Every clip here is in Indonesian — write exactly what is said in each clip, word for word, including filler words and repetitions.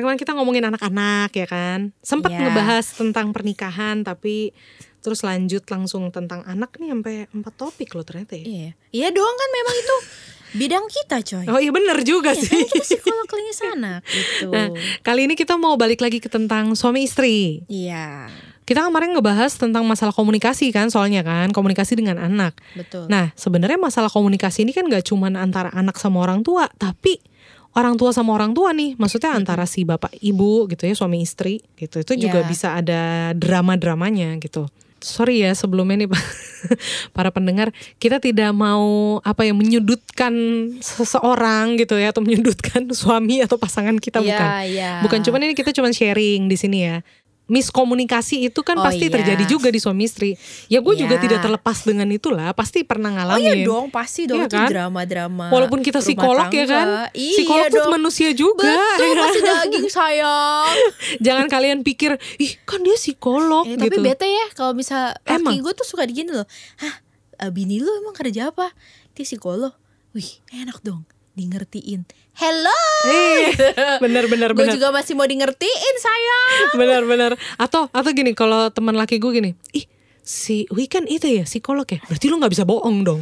kemarin kita ngomongin anak-anak ya kan. Sempat Iya. ngebahas tentang pernikahan, tapi terus lanjut langsung tentang anak nih sampai empat topik loh ternyata ya. Iya, iya dong kan memang itu bidang kita coy. Oh iya bener juga Iya, sih. kan kita psikolog klinis anak gitu. Nah, kali ini kita mau balik lagi ke tentang suami istri. Iya, Kita kemarin ngebahas tentang masalah komunikasi kan, soalnya kan komunikasi dengan anak. betul. Nah sebenarnya masalah komunikasi ini kan gak cuma antara anak sama orang tua, tapi orang tua sama orang tua nih. Maksudnya antara si bapak ibu gitu ya, suami istri gitu. Itu juga Ya. bisa ada drama-dramanya gitu. Sorry ya sebelumnya nih Pak, para pendengar, kita tidak mau apa ya menyudutkan seseorang gitu ya, atau menyudutkan suami atau pasangan kita, Iya, bukan. iya. Bukan cuman ini kita cuman sharing di sini ya. Miskomunikasi itu kan Oh, pasti iya. terjadi juga di suami istri. Ya gue juga Iya. tidak terlepas dengan itulah, pasti pernah Oh ngalamin. iya dong, pasti dong Iya itu kan? drama-drama. Walaupun kita rumah psikolog ya kan, tangga. Iya psikolog tuh dong. manusia juga. Betul, ya kan? masih daging sayang. Jangan kalian pikir, ih kan dia psikolog Eh, gitu. Tapi bete ya kalau misal Emang? laki gue tuh suka digini loh. Hah, eh, bini lu emang kerja apa? Dia psikolog. Wih, enak dong di ngertiin. Hello. Eh, bener bener Gue bener. juga masih mau di ngertiin sayang. Bener bener. Atau atau gini, kalau teman laki gue gini, ih si Wi kan itu ya psikolog ya, berarti lu nggak bisa bohong dong.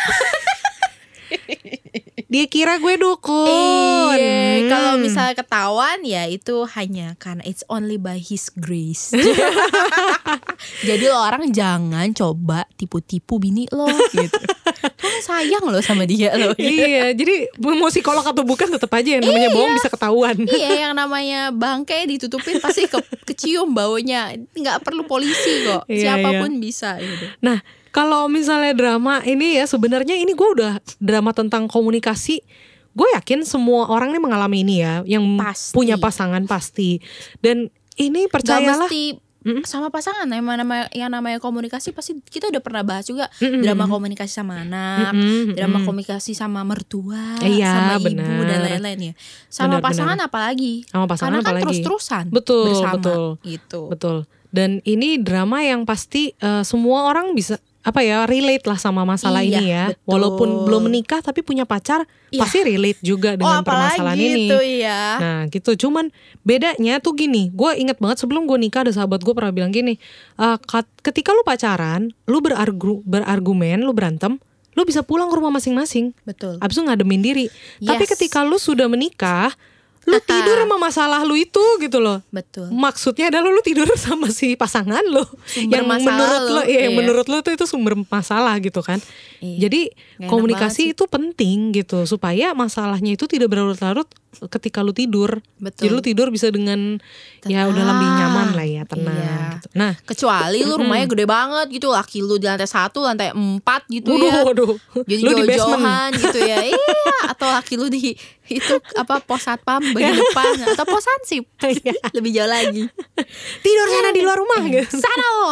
Dia kira gue dukun. Iya, Hmm. kalau misalnya ketahuan ya itu hanya karena it's only by his grace. Jadi lo orang jangan coba tipu-tipu bini lo gitu. Kan sayang lo sama dia lo. Iya, jadi mau psikolog atau bukan tetap aja yang namanya bohong bisa ketahuan. Iya, yang namanya bangkai ditutupin pasti ke, kecium baunya. Nggak perlu polisi kok. Iya, Siapapun bisa gitu. Nah, kalau misalnya drama ini ya, sebenarnya ini gue udah drama tentang komunikasi. Gue yakin semua orang nih mengalami ini ya, yang Pasti. punya pasangan pasti. Dan ini Gak percayalah, mesti Mm-mm. sama pasangan, yang namanya, yang namanya komunikasi pasti kita udah pernah bahas juga. Mm-mm. Drama komunikasi sama anak, Mm-mm, drama mm-mm. komunikasi sama mertua, Iya, sama ibu benar. dan lain-lain ya. Sama Benar, pasangan benar. apalagi. Sama pasangan Karena kan apalagi. terus-terusan Betul, bersama betul. gitu. betul. Dan ini drama yang pasti eh, semua orang bisa apa ya relate lah sama masalah Iya, ini ya. betul. Walaupun belum menikah tapi punya pacar, Iya. pasti relate juga Oh dengan permasalahan apalagi ini. itu ya. Nah gitu, cuman bedanya tuh gini, gue inget banget sebelum gue nikah ada sahabat gue pernah bilang gini, "Eh, kat- ketika lu pacaran, lu berargu, berargumen, lu berantem, lu bisa pulang ke rumah masing-masing, Betul. abis itu ngademin diri. Tapi Yes. ketika lu sudah menikah, lu tidur sama masalah lu itu gitu loh. Betul. Maksudnya adalah lu tidur sama si pasangan lu Sumber yang masalah menurut lu, lu, iya, yang iya. menurut lu tuh itu sumber masalah gitu kan. Iya. Jadi Nggak enak komunikasi banget sih. itu penting gitu supaya masalahnya itu tidak berlarut-larut ketika lu tidur. Betul. Jadi lu tidur bisa dengan ya udah lebih nyaman lah ya, tenang Iya. gitu. Nah, Kecuali lu rumahnya gede banget gitu, laki lu di lantai satu, lantai empat gitu waduh, ya. waduh. Jadi Lu di basement. jauh-jauhan gitu ya. Iya, atau laki lu di itu apa pos satpam bagian depan atau pos hansip. Iya. Lebih jauh lagi. Tidur sana di luar rumah gitu. Sana lo.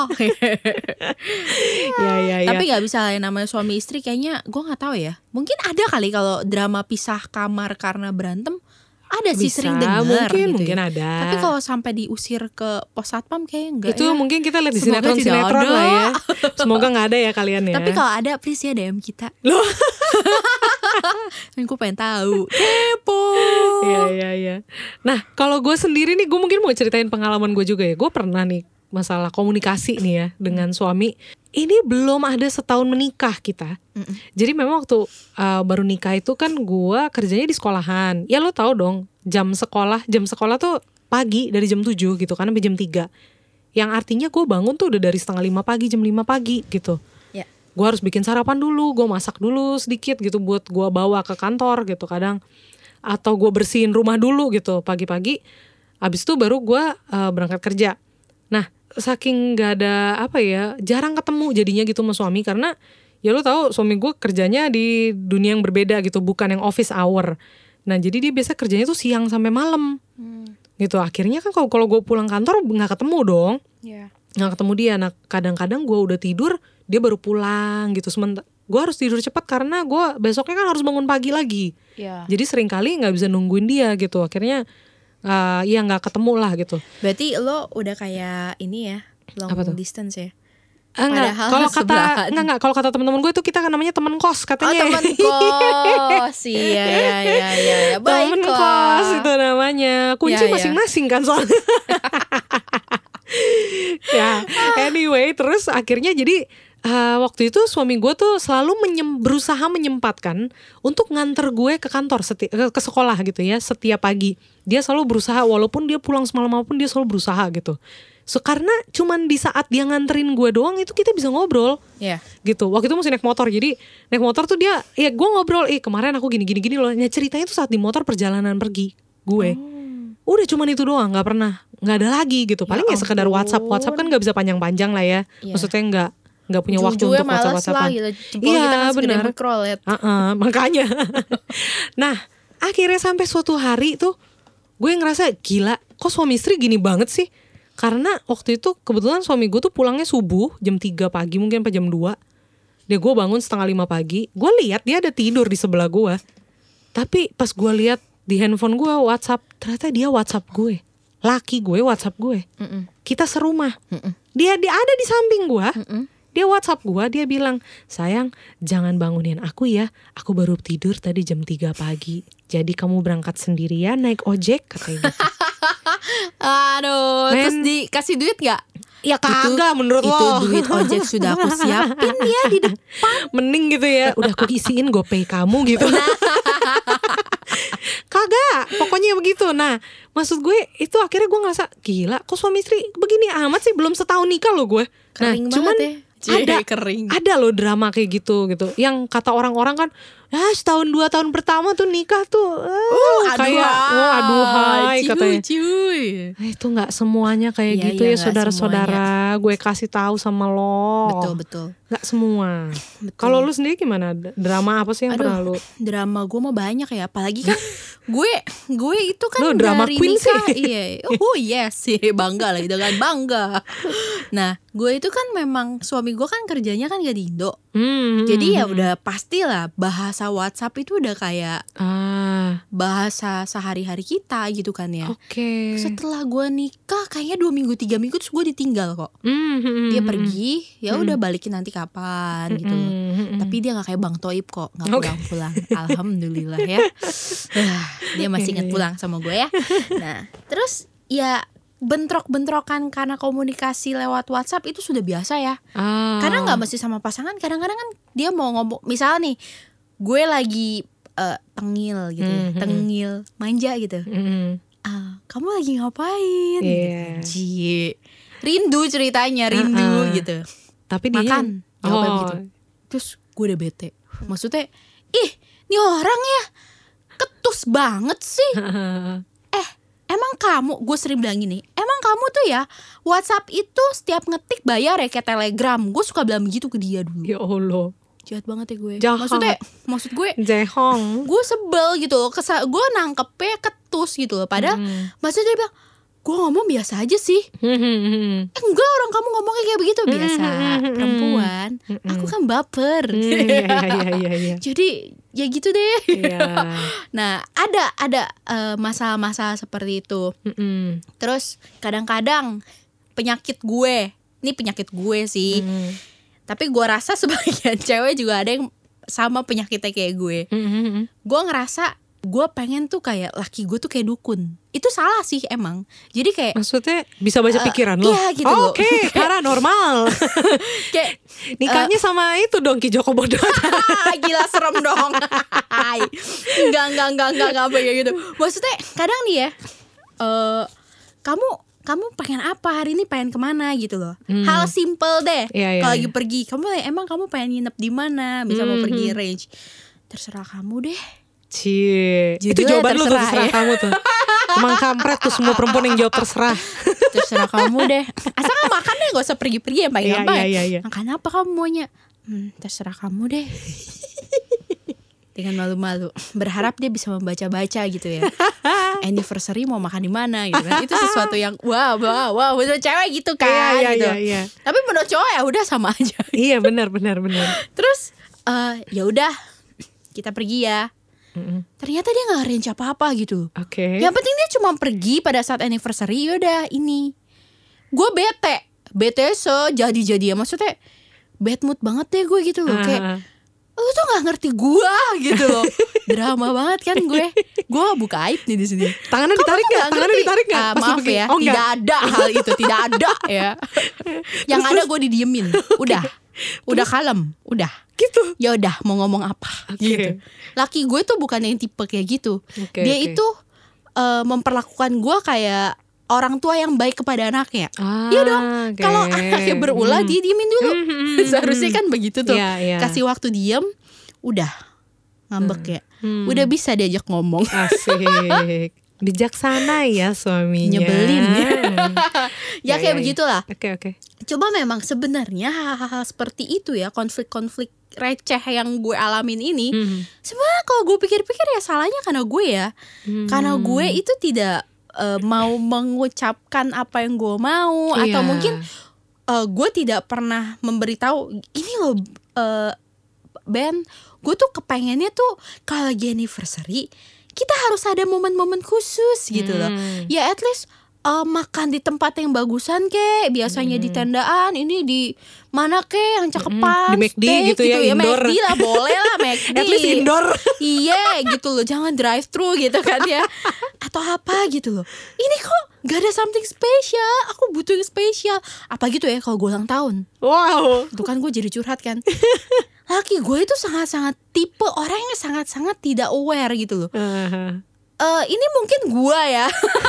Ya ya ya. Tapi nggak bisa yang namanya suami istri kayaknya gue nggak tahu ya. Mungkin ada kali kalau drama pisah kamar karena berantem. Ada sih Bisa, sering dengar mungkin, gitu mungkin ya. ada. Tapi kalau sampai diusir ke pos satpam kayaknya enggak Itu ya. mungkin kita lihat di Semoga tidak sinetron-sinetron ada. lah ya. Semoga nggak ada ya kalian ya. Tapi kalau ada please ya D M kita. Loh. Aku pengen tahu. Kepo. Iya iya iya. Nah kalau gue sendiri nih, gue mungkin mau ceritain pengalaman gue juga ya. Gue pernah nih masalah komunikasi nih ya dengan suami. Ini belum ada setahun menikah kita. Mm-mm. Jadi memang waktu uh, baru nikah itu kan gue kerjanya di sekolahan. Ya lo tahu dong, jam sekolah jam sekolah tuh pagi dari jam tujuh gitu kan sampai jam tiga. Yang artinya gue bangun tuh udah dari setengah lima pagi, jam lima pagi gitu. Ya. Gue harus bikin sarapan dulu, gue masak dulu sedikit gitu buat gue bawa ke kantor gitu kadang. Atau gue bersihin rumah dulu gitu pagi-pagi. Abis itu baru gue uh, berangkat kerja. Nah saking gak ada apa ya, jarang ketemu jadinya gitu sama suami. Karena ya lo tahu suami gue kerjanya di dunia yang berbeda gitu, bukan yang office hour. Nah jadi dia biasa kerjanya tuh siang sampai malam Hmm. gitu. Akhirnya kan kalau kalau gue pulang kantor nggak ketemu dong, Ya. nggak ketemu dia. Nah kadang-kadang gue udah tidur, dia baru pulang gitu. Sementara gue harus tidur cepat karena gue besoknya kan harus bangun pagi lagi. Ya. Jadi sering kali nggak bisa nungguin dia gitu. Akhirnya uh, ya nggak ketemu lah gitu. Berarti lo udah kayak ini ya, long Apa tuh? distance ya. Enggak, Padahal kalau kata sebelahan. enggak enggak kalau kata teman-teman gue itu kita kan namanya teman kos Oh katanya. teman kos. Iya iya iya iya ya. Temen Baiklah. kos itu namanya. Kunci Ya, ya. masing-masing kan soalnya. Ya, anyway, terus akhirnya jadi uh, waktu itu suami gue tuh selalu menyem, berusaha menyempatkan untuk nganter gue ke kantor seti- ke, ke sekolah gitu ya setiap pagi. Dia selalu berusaha walaupun dia pulang semalam apapun dia selalu berusaha gitu. So, karena cuman di saat dia nganterin gue doang itu kita bisa ngobrol. Iya. Gitu. Waktu itu masih naik motor. Jadi naik motor tuh dia ya gue ngobrol, "Eh, kemarin aku gini gini gini loh." Nah, ceritanya tuh saat di motor perjalanan pergi gue. Oh. Udah cuman itu doang, nggak pernah, nggak ada lagi gitu. Paling ya, Ya sekedar ampun. WhatsApp, WhatsApp kan nggak bisa panjang-panjang lah ya. Iya. Maksudnya nggak nggak punya waktu Ujung-ujungnya untuk malas WhatsApp-WhatsAppan. lah gitu. Jempol Iya, kita kan segede benar. mikrolet. Uh-uh, makanya. Nah, akhirnya sampai suatu hari tuh gue ngerasa gila, kok suami istri gini banget sih? Karena waktu itu kebetulan suami gue tuh pulangnya subuh jam tiga pagi mungkin sampai jam dua. Dia gue bangun setengah lima pagi. Gue lihat dia ada tidur di sebelah gue. Tapi pas gue lihat di handphone gue WhatsApp, ternyata dia WhatsApp gue. Laki gue WhatsApp gue. Mm-mm. Kita serumah. Mm-mm. Dia dia ada di samping gue. Mm-mm. Dia WhatsApp gue, dia bilang, "Sayang, jangan bangunin aku ya. Aku baru tidur tadi jam tiga pagi. Jadi kamu berangkat sendirian naik ojek," katanya gitu. Aduh, Men. terus dikasih duit gak? Ya kagak menurut Itu lo. duit ojek sudah aku siapin ya di depan. Mending gitu ya. Udah aku isiin GoPay kamu gitu. Kagak, pokoknya begitu. Nah, maksud gue itu akhirnya gue ngerasa gila, kok suami istri begini amat sih, belum setahun nikah loh gue. Kering nah, cuman banget ya. ada Cie, kering. ada loh drama kayak gitu gitu. Yang kata orang-orang kan, ah setahun dua tahun pertama tuh nikah tuh, uh, kayak oh aduhai katanya. Cuy. Nah, itu nggak semuanya kayak Iya, gitu iya, ya nggak saudara-saudara. Gue kasih tahu sama lo. Betul betul. Nggak semua. Betul. Kalau lu sendiri gimana? Drama apa sih yang Aduh, pernah lu? drama gue mah banyak ya. Apalagi kan gue gue itu kan Lu drama dari queen nikah. sih. Iya. Oh yes sih, bangga lah gitu kan, bangga. Nah, gue itu kan memang suami gue kan kerjanya kan gak di Indo. Hmm, Jadi ya hmm, udah pastilah bahasa WhatsApp itu udah kayak ah, bahasa sehari-hari kita gitu kan ya. oke. Setelah gue nikah kayaknya dua minggu tiga minggu terus gue ditinggal kok. Hmm, hmm, Dia hmm, pergi, ya udah balikin nanti kapan gitu loh. hmm, hmm, Tapi dia nggak kayak Bang Toib kok, nggak Oke. pulang-pulang. Alhamdulillah ya. Ah, dia masih ingat pulang sama gue ya. Nah, terus ya bentrok-bentrokan karena komunikasi lewat WhatsApp itu sudah biasa ya. Ah. Karena nggak mesti sama pasangan. Kadang-kadang kan dia mau ngomong, misal nih, gue lagi eh, tengil gitu, ya. Mhm. tengil, manja gitu. Hmm, Ah, kamu lagi ngapain? Iya. Gitu. Cie. Rindu ceritanya, rindu Ah, ah. gitu. tapi dia Makan, jawabnya oh, begitu. Terus gue udah bete. Maksudnya, ih, nih orang ya ketus banget sih. Eh, emang kamu, gue sering bilang gini, emang kamu tuh ya WhatsApp itu setiap ngetik bayar ya kayak Telegram. Gue suka bilang begitu ke dia dulu. ya Allah, Jahat banget ya gue. Jahat. Maksudnya, maksud gue, Jehong. gue sebel gitu loh. Kesa- gue nangkepnya ketus gitu loh. Padahal, Hmm. maksudnya dia bilang, gue ngomong biasa aja sih. Hmm, hmm, hmm. Eh, enggak, orang kamu ngomongnya kayak begitu biasa. Hmm. Perempuan, Hmm. aku kan baper. Hmm, iya, iya, iya, iya. Jadi ya gitu deh. Iya. Nah, ada ada eh, masalah-masalah seperti itu. Hmm, Terus kadang-kadang penyakit gue, ini penyakit gue sih. hmm. Tapi gue rasa sebagian cewek juga ada yang sama penyakitnya kayak gue. Hmm, hmm, hmm. Gue ngerasa gue pengen tuh kayak laki gue tuh kayak dukun. Itu salah sih emang. Jadi kayak Maksudnya bisa baca Eh, pikiran lo? iya gitu loh. Oke, paranormal. kayak Nikahnya sama itu dong Ki Joko Bodo. ah, gila serem dong. Enggak enggak enggak enggak enggak kayak gitu. Maksudnya kadang nih ya, eh kamu kamu pengen apa hari ini, pengen kemana gitu loh. Hmm. Hal simple deh. Iya, iya, Kalau lagi iya. pergi, kamu emang kamu pengen nginep di mana? Bisa mau Hmm, pergi hmm. range. Terserah kamu deh. Cie, itu Judulnya jawaban lu tuh, terserah, terserah ya. kamu tuh. Emang kampret tuh semua perempuan yang jawab terserah. Terserah kamu deh. Asal kan makan deh, gak usah pergi-pergi ya, Iya, apa iya, iya, iya. Makan apa kamu maunya? Hmm, terserah kamu deh. Dengan malu-malu, berharap dia bisa membaca-baca gitu ya. Anniversary mau makan di mana gitu kan. Itu sesuatu yang wow, wow, wow. Menurut cewek gitu kan Iya, iya, gitu. iya, iya. Tapi menurut cowok ya udah sama aja. Iya, benar, benar, benar. Terus eh ya udah, kita pergi ya. Mm-mm. Ternyata dia nggak arrange apa-apa gitu. Oke. Yang penting dia cuma pergi pada saat anniversary. Yaudah ini, gue bete. bete sejadi-jadi ya, maksudnya bad mood banget deh gue gitu loh. Ah. Kayak lu tuh nggak ngerti gue gitu loh. Drama banget kan gue. Gue buka aib nih di sini. Tangannya Kamu ditarik tuh nggak? nggak Tangannya ngerti. ditarik nggak? Ah, Pas maaf begini? ya, Oh, tidak nggak? ada hal itu, tidak ada ya. Yang ada gue didiemin. Udah, udah kalem, udah. Gitu. Ya udah mau ngomong apa Oke. gitu. Laki gue tuh bukan yang tipe kayak gitu. Oke, Dia oke. itu uh, memperlakukan gue kayak orang tua yang baik kepada anaknya. Ah, Iya dong. oke. Kalau anaknya berulah, Hmm. dia diemin dulu. Hmm, hmm, hmm, Seharusnya kan begitu tuh. Iya, iya. Kasih waktu diem, udah ngambek ya. Hmm. Udah bisa diajak ngomong. Asik. Bijaksana ya suaminya. Nyebelin. Hmm. Ya kayak begitulah. Oke oke. Coba memang sebenarnya hal-hal seperti itu ya, konflik-konflik receh yang gue alamin ini, Hmm. sebenarnya kalau gue pikir-pikir ya salahnya karena gue ya. Hmm. Karena gue itu tidak uh, mau mengucapkan apa yang gue mau, atau Iya. mungkin uh, gue tidak pernah memberitahu ini loh, uh, Ben, gue tuh kepengennya tuh kalau lagi anniversary kita harus ada momen-momen khusus gitu loh. Hmm. Ya at least uh, makan di tempat yang bagusan kek, biasanya di tendaan, ini di mana kek yang cakepan, Di McD steak gitu ya, indoor. McD lah boleh lah McD. At least indoor. Iya gitu loh, jangan drive thru gitu kan ya. Atau apa gitu loh. Ini kok gak ada something special, aku butuh yang spesial. Apa gitu ya kalau gue ulang tahun. Wow. Tuh kan gue jadi curhat kan. Laki gue itu sangat-sangat tipe orang yang sangat-sangat tidak aware gitu loh. Uh-huh. Eh ini mungkin gue ya.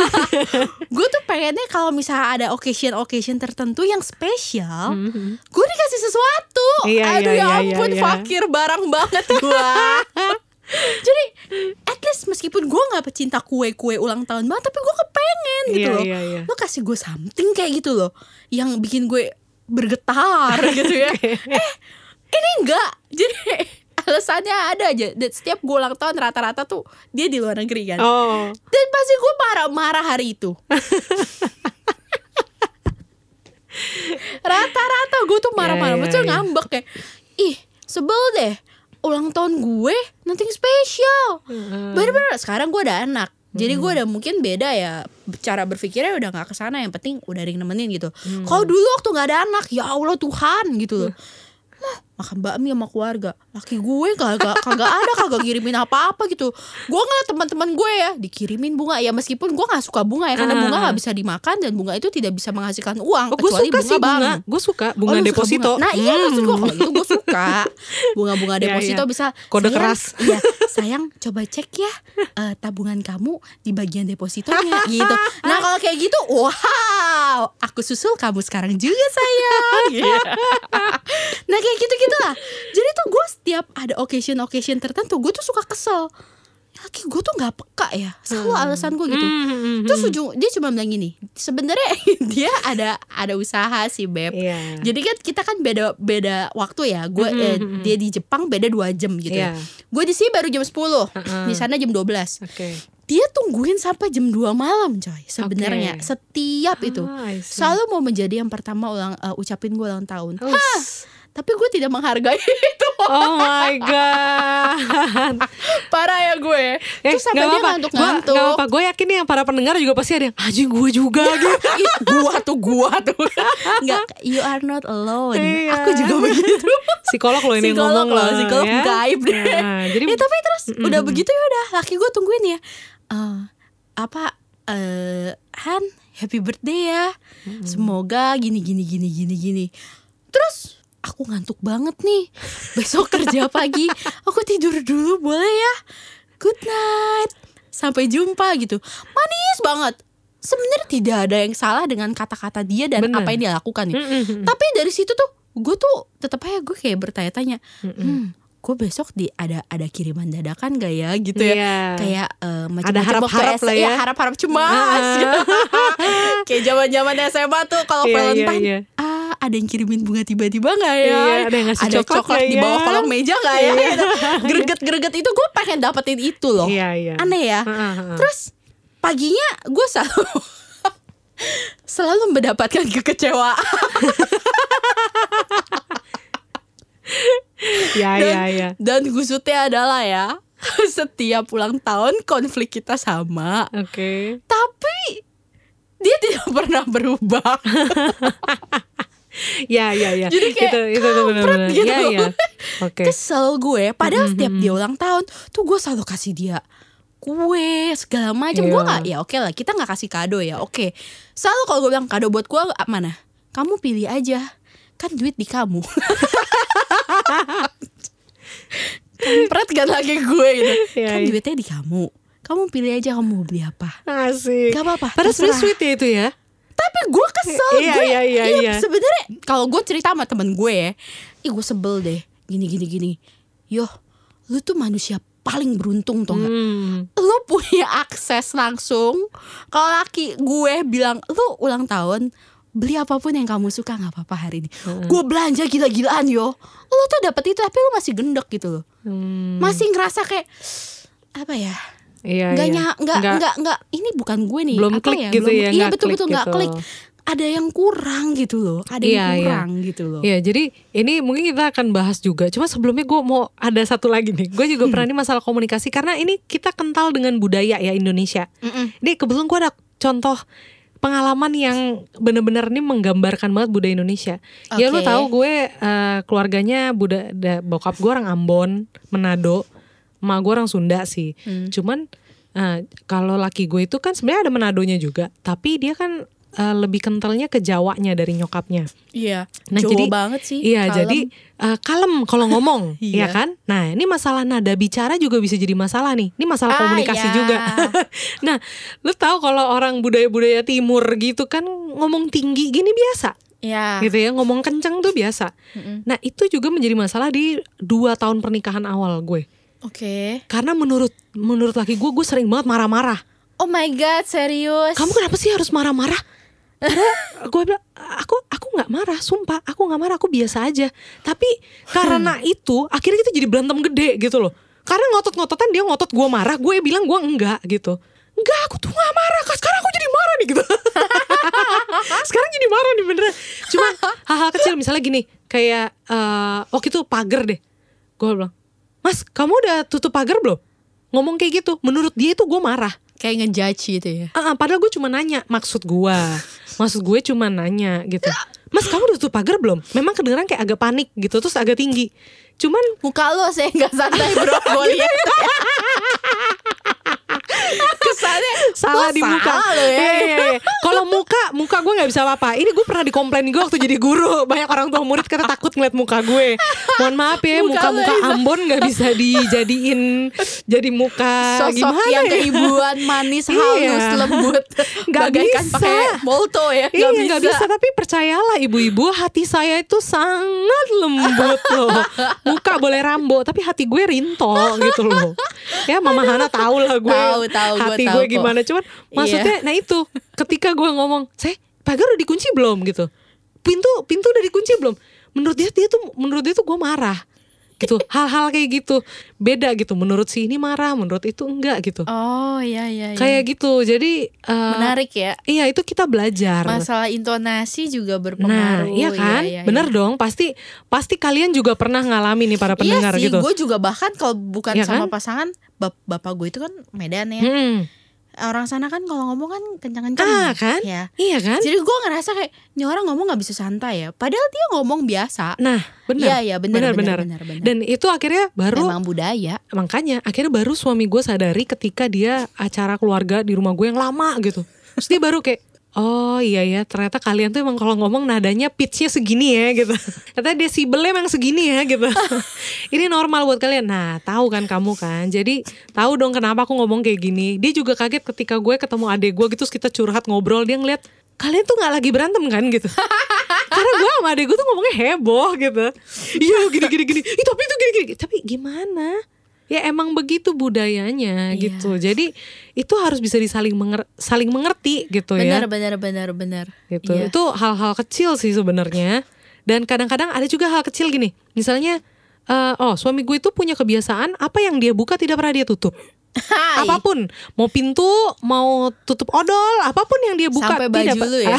Gue tuh pengennya kalau misalnya ada occasion-occasion tertentu yang spesial, Mhm. gue dikasih sesuatu. Iya, Aduh iya, ya iya, ampun, iya, iya. fakir barang banget gue. Jadi at least meskipun gue gak pecinta kue-kue ulang tahun banget, tapi gue kepengen gitu Iya, loh. iya, iya. Lo kasih gue something kayak gitu loh, yang bikin gue bergetar gitu ya. Eh ini enggak. Jadi alasannya ada aja. Dan setiap gue ulang tahun rata-rata tuh dia di luar negeri kan. Oh. Dan pasti gue marah-marah hari itu. Rata-rata gue tuh marah-marah, Ya, ya, betul ya. ngambek kayak, ih sebel deh, ulang tahun gue nothing spesial. Uh-huh. Bener-bener sekarang gue ada anak, jadi gue udah mungkin beda ya, cara berpikirnya udah nggak kesana. Yang penting udah ada yang nemenin gitu. Kalau dulu waktu nggak ada anak, ya Allah Tuhan gitu loh. Mah, makan bakmi sama keluarga. Laki gue kagak kagak ada, kagak kirimin apa-apa gitu. Gue ngeliat teman-teman gue ya dikirimin bunga. Ya meskipun gue nggak suka bunga ya, karena Ah. bunga nggak bisa dimakan dan bunga itu tidak bisa menghasilkan uang, Oh, gue kecuali suka bunga sih bank. bunga. Gue suka bunga Oh, lu suka deposito. bunga. Nah iya Hmm. maksud gue kalau itu gue suka bunga-bunga Iya, deposito iya. bisa. Kode sayang, keras. Iya, sayang coba cek ya eh, tabungan kamu di bagian depositonya gitu. Nah kalau kayak gitu, wow, aku susul kamu sekarang juga sayang. Gitu. Nah kayak gitu-gitu lah. Jadi tuh gue setiap ada occasion-occasion tertentu, gue tuh suka kesel. Laki gue tuh nggak peka ya, selalu alasan gue gitu. Hmm. Terus ujung dia cuma bilang gini, sebenarnya dia ada ada usaha sih Beb. Iya. Jadi kan kita kan beda beda waktu ya. Gue Mm-mm, eh, mm-mm. dia di Jepang beda dua jam gitu. Iya. Gue di sini baru jam sepuluh, Uh-uh. di sana jam dua belas. Oke. Dia tungguin sampai jam dua malam coy. Sebenarnya Oke. setiap itu Ah, I see. selalu mau menjadi yang pertama ulang uh, ucapin gue ulang tahun. Oh, Hah, tapi gue tidak menghargai itu. oh my god. Parah ya gue. Eh, Terus sampai nggak dia apa-apa. Gua- ngantuk-ngantuk. nggak apa-apa. Gue yakin nih yang para pendengar juga pasti ada yang anjing gue juga gitu. Ih, gua tuh gua tuh nggak, you are not alone. Iya. Aku juga begitu. Psikolog loh ini Psikolog ngomong loh, loh, psikolog ya. gaib deh. Nah, jadi Ya tapi terus Mm-mm. udah begitu ya udah, laki gue tungguin ya. Eh, apa eh Han, happy birthday ya. Semoga gini gini gini gini gini. Terus aku ngantuk banget nih. Besok kerja pagi. Aku tidur dulu boleh ya. Good night. Sampai jumpa gitu. Manis banget. Sebenarnya tidak ada yang salah dengan kata-kata dia dan Bener. apa yang dia lakukan ya. Mm-mm. Tapi dari situ tuh gue tuh tetap aja gue kayak bertanya-tanya, hmm, gue besok di ada ada kiriman dadakan gak ya gitu ya. Iya. Kayak eh, macam-macam Ada harap-harap waktu S- lah ya. harap-harap cemas Ah. gitu. Kayak zaman-zaman S M A tuh kalau Iya, Valentine, iya, iya. ah ada yang kirimin bunga tiba-tiba gak ya? Iya, ada yang ngasih coklat coklat nggak di ya? bawah kolong meja gak ya? Iya. Gitu. Greget-greget itu gue pengen dapetin itu loh. Iya, iya. Aneh ya. Heeh, heeh. Terus paginya gue selalu selalu mendapatkan kekecewaan. Ya, dan, ya, ya. dan kusutnya adalah ya, setiap ulang tahun konflik kita sama. Oke. Tapi dia tidak pernah berubah. Ya ya ya. Jadi kayak itu itu tuh benar-benar. gitu. Ya ya. Oke. Kesel gue. Padahal Mm-hmm. setiap dia ulang tahun tuh gue selalu kasih dia kue segala macam. Iya. Gue nggak, ya oke lah, kita nggak kasih kado ya, oke. Selalu kalau gue bilang kado buat gue mana? Kamu pilih aja. Kan duit di kamu. Kampret kan lagi gue gitu. Iya, Kan iya. duitnya di kamu. Kamu pilih aja kamu mau beli apa. Asik. Gak apa-apa. Padahal terserah. sebenarnya sweet ya itu ya. Tapi gue kesel. Iya, gue, iya, iya, iya. Sebenarnya kalau gue cerita sama temen gue ya, ih gue sebel deh. Gini gini gini. Yo, lu tuh manusia paling beruntung tuh gak? Hmm. Lu punya akses langsung. Kalau laki gue bilang lu ulang tahun, beli apapun yang kamu suka nggak apa-apa hari ini. Hmm. Gue belanja gila-gilaan yo. Lu tuh dapet itu tapi lu masih gendek gitu loh. Hmm. Masih ngerasa kayak apa ya? Iya, Nggak iya. nya, nggak, nggak, nggak. Ini bukan gue nih. Belum apa klik ya? gitu Belum, ya, iya nggak betul klik betul nggak gitu. klik. Ada yang kurang gitu loh. Ada yang Iya, iya. kurang gitu loh. Iya, jadi ini mungkin kita akan bahas juga. Cuma sebelumnya gue mau ada satu lagi nih. Gue juga pernah nih masalah komunikasi karena ini kita kental dengan budaya ya Indonesia. Mm-mm. Ini kebetulan gue ada contoh pengalaman yang benar-benar nih menggambarkan banget budaya Indonesia. Ya lu Oke. tahu gue uh, keluarganya Buddha, da, bokap gue orang Ambon, Manado, emak gue orang Sunda sih. Hmm. Cuman uh, kalau laki gue itu kan sebenarnya ada Manadonya juga, tapi dia kan uh, lebih kentalnya ke Jawanya dari nyokapnya. Iya. Nah, Jawa jadi banget sih. Iya, kalem. jadi uh, kalem kalau ngomong, Iya. ya kan? Nah, ini masalah nada bicara juga bisa jadi masalah nih. Ini masalah Ah, komunikasi iya. juga. Nah, lu tahu kalau orang budaya-budaya timur gitu kan ngomong tinggi gini biasa. Iya. Gitu ya, ngomong kenceng tuh biasa. Mm-mm. Nah, itu juga menjadi masalah di dua tahun pernikahan awal gue. Oke. Karena menurut menurut laki gue, gue sering banget marah-marah. Oh my god, serius? Kamu kenapa sih harus marah-marah? Padahal gue bilang, aku aku nggak marah, sumpah, aku nggak marah, aku biasa aja. Tapi karena itu, akhirnya kita jadi berantem gede gitu loh. Karena ngotot-ngototan dia ngotot gue marah, gue bilang gue enggak gitu. Enggak, aku tuh gak marah. Sekarang aku jadi marah nih gitu. Sekarang jadi marah nih beneran. Cuma hal-hal kecil misalnya gini, kayak uh, waktu itu pagar deh. Gue bilang, Mas, kamu udah tutup pagar belum? Ngomong kayak gitu. Menurut dia itu gue marah. Kayak ngejudge gitu ya. Uh, uh, padahal gue cuma nanya maksud gue. Maksud gue cuma nanya gitu. Mas, kamu udah tutup pagar belum? Memang kedengeran kayak agak panik gitu, terus agak tinggi. Cuman Muka lo saya gak santai bro, gue liat. Kesannya salah lo di muka. salah lo ya. Iya, iya, iya. Kalau muka, muka gue nggak bisa apa-apa. Ini gue pernah dikomplain gue waktu jadi guru. Banyak orang tua murid kata takut ngeliat muka gue. Mohon maaf ya, Muka muka-muka lo bisa. Ambon nggak bisa dijadiin jadi muka Sosok gimana yang ya? keibuan, manis, Iya. halus, lembut. Nggak Bagaikan bisa. pakai molto ya. Iya Gak bisa. nggak bisa, tapi percayalah ibu-ibu, hati saya itu sangat lembut loh. Muka boleh rambo, tapi hati gue rinto gitu loh. Ya Mama Hana tahu lah gue Tahu, tahu, gue hati tahu gue kok. gimana. Cuman maksudnya, nah itu ketika gue ngomong, saya pagar udah dikunci belum gitu, pintu pintu udah dikunci belum, menurut dia dia tuh menurut dia tuh gue marah gitu. Hal-hal kayak gitu beda gitu. Menurut si ini marah, menurut itu enggak gitu. Oh iya iya, iya. Kayak gitu. Jadi uh, menarik ya. Iya itu kita belajar. Masalah intonasi juga Nah, berpengaruh. iya kan, iya, iya, bener iya. dong. Pasti, pasti kalian juga pernah ngalamin nih para pendengar Iya sih, gitu. gue juga bahkan kalau bukan Iya sama kan? pasangan, bap- bapak gue itu kan Medan ya. Hmm. Orang sana kan kalau ngomong kan kencang-kencang. Ah kan, Ya. iya kan. Jadi gue ngerasa kayak ini orang ngomong nggak bisa santai ya. Padahal dia ngomong biasa. Nah, benar. Iya iya benar benar, benar benar. benar. Dan itu akhirnya baru, Memang budaya. makanya akhirnya baru suami gue sadari ketika dia acara keluarga di rumah gue yang lama gitu. Terus dia baru kayak, oh iya ya, ternyata kalian tuh emang kalau ngomong nadanya pitchnya segini ya gitu. Katanya desibelnya emang segini ya gitu. Ini normal buat kalian. Nah tahu kan kamu kan. Jadi tahu dong kenapa aku ngomong kayak gini. Dia juga kaget ketika gue ketemu adek gue gitu, terus kita curhat ngobrol. Dia ngeliat kalian tuh gak lagi berantem kan gitu. Karena gue sama adek gue tuh ngomongnya heboh gitu. Iya gini gini gini. Ih, tapi itu gini gini. Tapi gimana? Ya emang begitu budayanya Iya. gitu. Jadi itu harus bisa disaling menger- saling mengerti gitu Benar ya. benar benar benar. Gitu. Iya. Itu hal-hal kecil sih sebenarnya. Dan kadang-kadang ada juga hal kecil gini. Misalnya uh, oh suami gue itu punya kebiasaan apa yang dia buka tidak pernah dia tutup. Hai. Apapun, mau pintu, mau tutup odol, apapun yang dia buka Sampai baju tidak lu ya.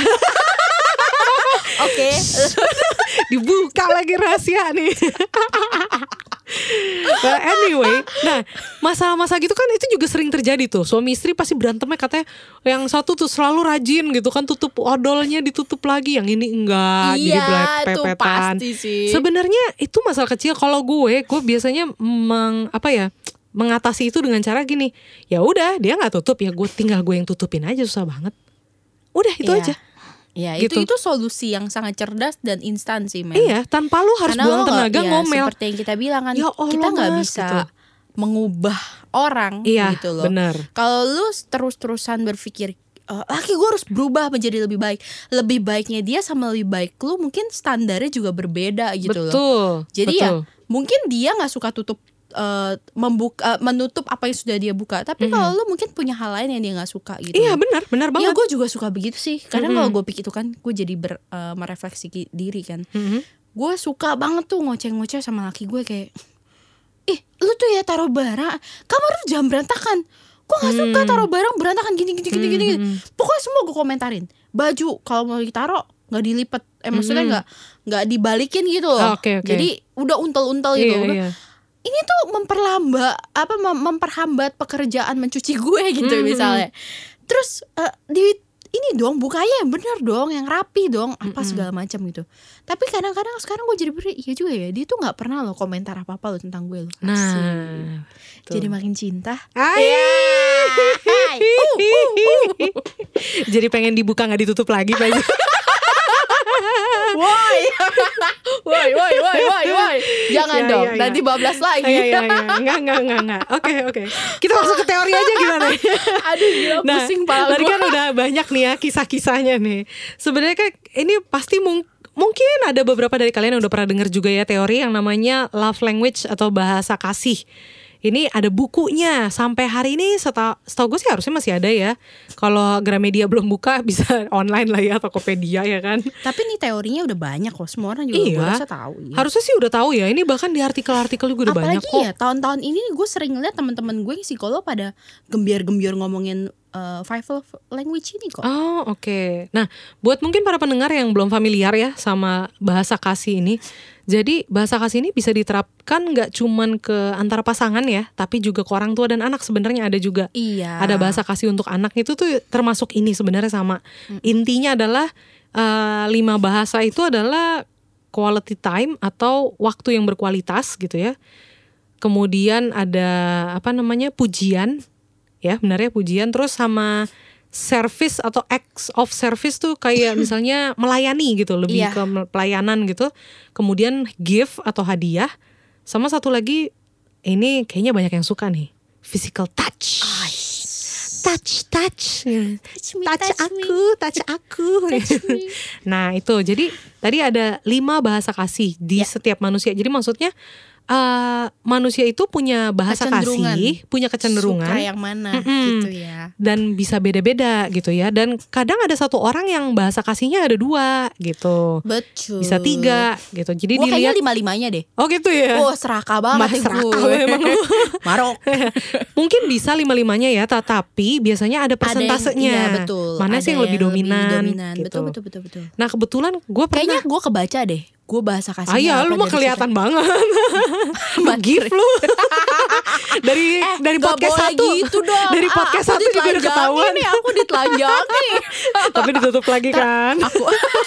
Oke. dibuka lagi rahasia nih. Well, anyway, nah masalah-masalah gitu kan itu juga sering terjadi tuh. Suami istri pasti berantemnya katanya yang satu tuh selalu rajin gitu kan, tutup odolnya ditutup lagi, yang ini enggak, jadi Iya, belak tuh pepetan. pasti sih. Sebenarnya itu masalah kecil. Kalau gue, gue biasanya meng, apa ya, mengatasi itu dengan cara gini. Ya udah, dia nggak tutup ya, gue tinggal gue yang tutupin aja, susah banget. Udah itu Iya. aja. Ya Gitu. itu itu solusi yang sangat cerdas dan instan sih men. Iya, tanpa lu harus Karena buang lo nggak- tenaga ya, ngomel. Seperti yang kita bilang kan, Ya Allah, kita nggak Mas, bisa gitu. mengubah orang Iya, gitu loh. benar. Kalau lu terus-terusan berpikir "Eh, laki gue harus berubah menjadi lebih baik, lebih baiknya dia sama lebih baik lu mungkin standarnya juga berbeda gitu loh. Betul. Jadi betul. ya mungkin dia nggak suka tutup eh, membuka eh, menutup apa yang sudah dia buka. Tapi kalau lu mungkin punya hal lain yang dia nggak suka gitu. Iya benar, benar Ya banget. gue juga suka begitu sih. Kadang Mm-mm. kalau gue pikir itu kan gue jadi ber, eh, merefleksi ki- diri kan. Mhm. Gue suka banget tuh ngoceh-ngoceh sama laki gue kayak, ih lu tuh ya taruh barang kamar tuh jangan berantakan. Gue nggak suka taruh barang berantakan gini gini gini gini. Hmm. Pokoknya semua gue komentarin. Baju kalau mau ditaruh nggak dilipet, eh maksudnya nggak nggak dibalikin gitu loh. Oh, oke, oke. Jadi udah untel-untel gitu. Iya, Udah, iya. ini tuh memperlambat apa mem- memperhambat pekerjaan mencuci gue gitu Mhm. misalnya. Terus eh, di ini dong bukanya yang bener dong, yang rapi dong, apa segala macam gitu. Tapi kadang-kadang sekarang gue jadi berpikir iya juga ya, dia tuh nggak pernah loh komentar apa-apa loh tentang gue loh. Asik. Nah, tuh. Jadi makin cinta. Hai. Hai. Uh, uh, uh. Jadi pengen dibuka nggak ditutup lagi Pak. Woi, woi, woi, woi, woi, woi. Jangan Ya, dong, ya, ya. nanti bablas lagi. Iya iya iya, enggak enggak enggak enggak. Oke oke. Kita masuk ke teori aja gimana? Aduh gila Nah, pusing pala tadi gue. kan udah banyak nih ya kisah-kisahnya nih. Sebenarnya kan ini pasti mung- mungkin ada beberapa dari kalian yang udah pernah dengar juga ya teori yang namanya love language atau bahasa kasih. Ini ada bukunya sampai hari ini, setahu, setahu gue sih harusnya masih ada ya. Kalau Gramedia belum buka bisa online lah ya, Tokopedia ya kan. Tapi nih teorinya udah banyak kok, semua orang juga Iya. gue rasa tahu. Iya. Harusnya sih udah tahu ya. Ini bahkan di artikel-artikel juga udah banyak Apalagi kok. ya tahun-tahun ini nih gue sering lihat teman-teman gue yang psikolog pada gembiar-gembiar ngomongin uh, five love language ini kok. Oh oke. Nah buat mungkin para pendengar yang belum familiar ya sama bahasa kasih ini. Jadi bahasa kasih ini bisa diterapkan gak cuman ke antara pasangan ya, tapi juga ke orang tua dan anak sebenarnya ada juga. Iya. Ada bahasa kasih untuk anak itu tuh termasuk ini sebenarnya sama. Intinya adalah uh, lima bahasa itu adalah quality time atau waktu yang berkualitas gitu ya. Kemudian ada apa namanya pujian, ya benarnya pujian. Terus sama service atau acts of service tuh kayak misalnya melayani gitu, lebih Iya. ke pelayanan gitu. Kemudian gift atau hadiah. Sama satu lagi ini kayaknya banyak yang suka nih, physical touch. Touch, touch, Touch me, touch touch aku, touch aku. Touch me. Nah itu, jadi tadi ada lima bahasa kasih di Ya. setiap manusia. Jadi maksudnya uh, manusia itu punya bahasa Kecenderungan. kasih, punya kecenderungan. Suka yang mana Mm-mm. gitu ya. Dan bisa beda-beda gitu ya. Dan kadang ada satu orang yang bahasa kasihnya ada dua gitu. Betul. Bisa tiga gitu. Jadi Gue kayaknya dilihat. lima-limanya deh. Oh gitu ya. Oh serakah banget Mah nih serakah gue. lu emang lu. Marok. Mungkin bisa lima-limanya ya, tetapi biasanya ada Ada yang- persentasenya. iya, betul. Mana Ada sih yang lebih dominan, dominan. gitu. Betul, betul, betul, betul. Nah kebetulan gue pernah. Kayaknya gue kebaca deh. Gue bahasa kasihnya Ah iya, apa lu mah dari kelihatan situ. banget. Lu gift lu. dari Eh, dari gak podcast boleh satu. gitu dong. Dari Ah, podcast aku satu juga udah ditelanjangi ketahuan. nih, aku ditelanjangi. Tapi ditutup lagi kan. Aku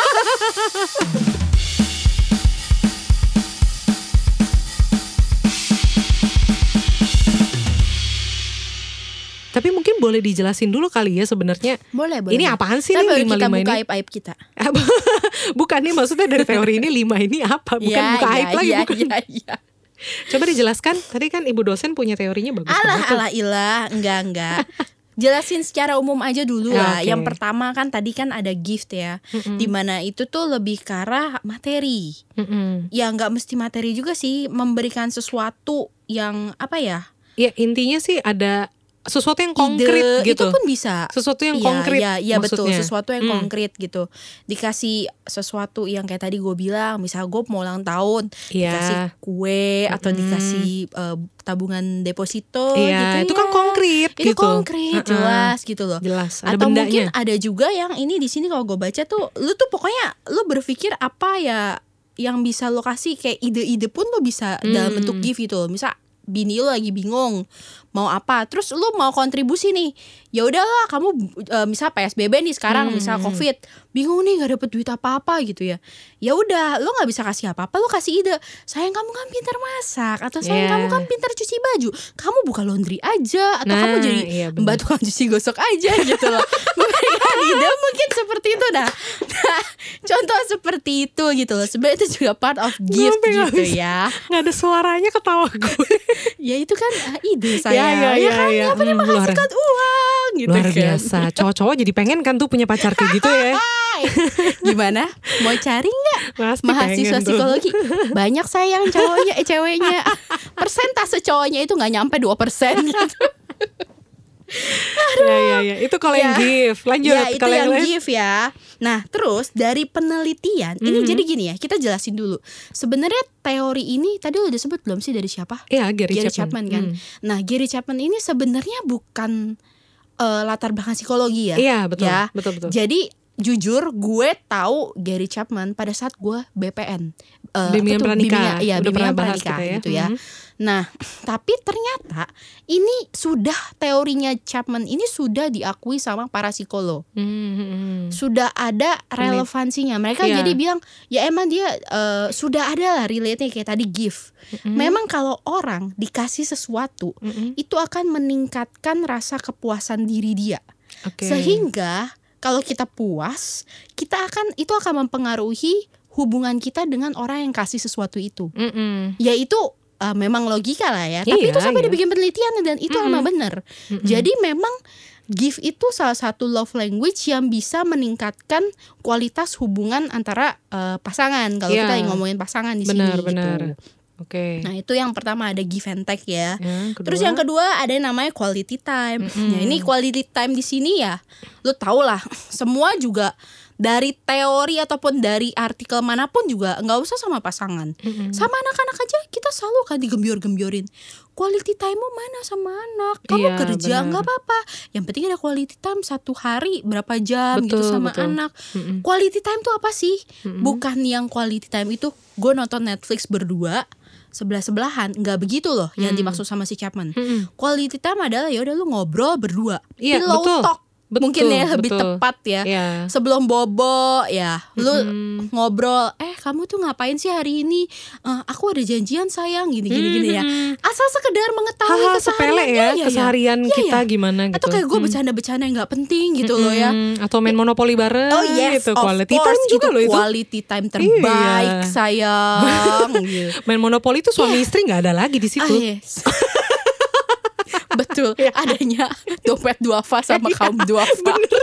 Tapi mungkin boleh dijelasin dulu kali ya sebenarnya. boleh, boleh. Ini apaan sih Ntar nih baru lima kita lima buka ini? aib-aib kita. Bukan nih maksudnya dari teori ini lima ini apa? Bukan Ya, buka ya, aib lagi ya, bukan. ya, ya. Coba dijelaskan. Tadi kan ibu dosen punya teorinya bagus Alah, banget tuh. alah, ilah, enggak, enggak. Jelasin secara umum aja dulu Ya, lah. oke. Yang pertama kan tadi kan ada gift ya, Mm-mm. dimana itu tuh lebih ke arah materi. Mm-mm. Ya nggak mesti materi juga sih, memberikan sesuatu yang apa ya? Ya intinya sih ada sesuatu yang konkret Ide, gitu. itu pun bisa. Sesuatu yang Iya, konkret iya, iya betul, maksudnya. sesuatu yang Hmm. konkret gitu. Dikasih sesuatu yang kayak tadi gue bilang, misal gue mau ulang tahun, Iya. dikasih kue atau Mm-mm. dikasih eh, tabungan deposito Iya, gitu itu ya. kan konkret Itu gitu. konkret, Uh-uh. jelas gitu loh. Jelas, ada Atau bendanya. mungkin ada juga yang ini di sini kalau gue baca tuh, lu tuh pokoknya lu berpikir apa ya yang bisa lo kasih kayak ide-ide pun lo bisa hmm. dalam bentuk gift gitu loh. Misal bini lo lagi bingung mau apa, terus lo mau kontribusi nih, ya udahlah kamu uh, misal P S B B nih sekarang, hmm. misal Covid, bingung nih nggak dapet duit apa-apa gitu ya, ya udah lo nggak bisa kasih apa-apa, lo kasih ide, sayang kamu kan pintar masak, atau sayang yeah. kamu kan pintar cuci baju, kamu buka laundry aja, atau nah, kamu jadi iya, mbak tukang cuci gosok aja gitu loh. Memberikan ide mungkin seperti itu dah. Nah, contoh seperti itu gitu loh, sebenarnya itu juga part of gift gitu bisa, ya. Nggak ada suaranya ketawa gue. Ya itu kan uh, ide saya. Ya, ya, ya, kan ya, apa nih menghasilkan uang gitu luar kan. biasa. Cowok-cowok jadi pengen kan tuh punya pacar kayak gitu ya. Gimana? Mau cari nggak mahasiswa psikologi? Banyak sayang cowoknya, eh ceweknya. Persentase cowoknya itu nggak nyampe dua persen gitu. Ya ya ya, itu kalau ya. yang gift. Lanjut. Ya itu yang, yang gift ya. Nah terus dari penelitian mm-hmm. ini jadi gini ya, kita jelasin dulu. Sebenarnya teori ini tadi udah disebut belum sih dari siapa? Iya, Gary, Gary Chapman. Chapman kan. Mm. Nah Gary Chapman ini sebenarnya bukan uh, latar belakang psikologi ya. Iya betul. Ya. Betul betul. Jadi jujur gue tahu Gary Chapman pada saat gue B P N. Uh, bimbingan pranikah. Iya, udah bimbingan pernah bahas pranikah kita ya. gitu ya. Mm-hmm. Nah, tapi ternyata ini sudah teorinya Chapman ini sudah diakui sama para psikolog. Mm-hmm. Sudah ada relevansinya. Mereka yeah. jadi bilang, ya emang dia uh, sudah ada lah relate-nya kayak tadi gift. Mm-hmm. Memang kalau orang dikasih sesuatu, mm-hmm. itu akan meningkatkan rasa kepuasan diri dia. Okay. Sehingga kalau kita puas, kita akan itu akan mempengaruhi hubungan kita dengan orang yang kasih sesuatu itu. Mm-hmm. Yaitu Uh, memang logika lah ya, tapi iya, itu sampai iya. dibikin penelitian dan itu mm-hmm. emang benar. Mm-hmm. Jadi memang gift itu salah satu love language yang bisa meningkatkan kualitas hubungan antara uh, pasangan. Kalau yeah. kita ngomongin pasangan di benar, sini benar. gitu. Oke. Okay. Nah itu yang pertama ada give and take ya. Yang Terus yang kedua ada yang namanya quality time. Mm-hmm. Nah ini quality time di sini ya, lu tau lah, semua juga dari teori ataupun dari artikel manapun juga nggak usah sama pasangan, mm-hmm. sama anak-anak aja kita selalu kan digembyor-gembiorin. Quality time mu mana sama anak? Kamu iya, kerja nggak apa-apa. Yang penting ada quality time satu hari berapa jam betul, gitu sama betul. anak. Mm-hmm. Quality time tuh apa sih? Mm-hmm. Bukan yang quality time itu gue nonton Netflix berdua sebelah-sebelahan, nggak begitu loh hmm. yang dimaksud sama si Chapman. Hmm. Quality time adalah ya udah lu ngobrol berdua, iya, pillow betul. talk. Betul, mungkin ya lebih betul. tepat ya. Yeah. Sebelum bobo ya, lu mm-hmm. ngobrol. Eh kamu tuh ngapain sih hari ini? Uh, aku ada janjian sayang, gini-gini mm-hmm. gini ya. Asal sekedar mengetahui hal-hal sepele ya, ya keseharian ya, kita ya. gimana gitu. Atau kayak gue bercanda-bercanda yang nggak penting gitu mm-hmm. loh ya. Atau main monopoli bareng. Oh yes, gitu. of Quality course, time juga itu loh itu. Quality time terbaik iya. sayang. Gitu. Main monopoli itu suami yeah. istri nggak ada lagi di situ. Ah, yes. Betul, ya. Adanya dompet duafa sama kaum duafa. Bener.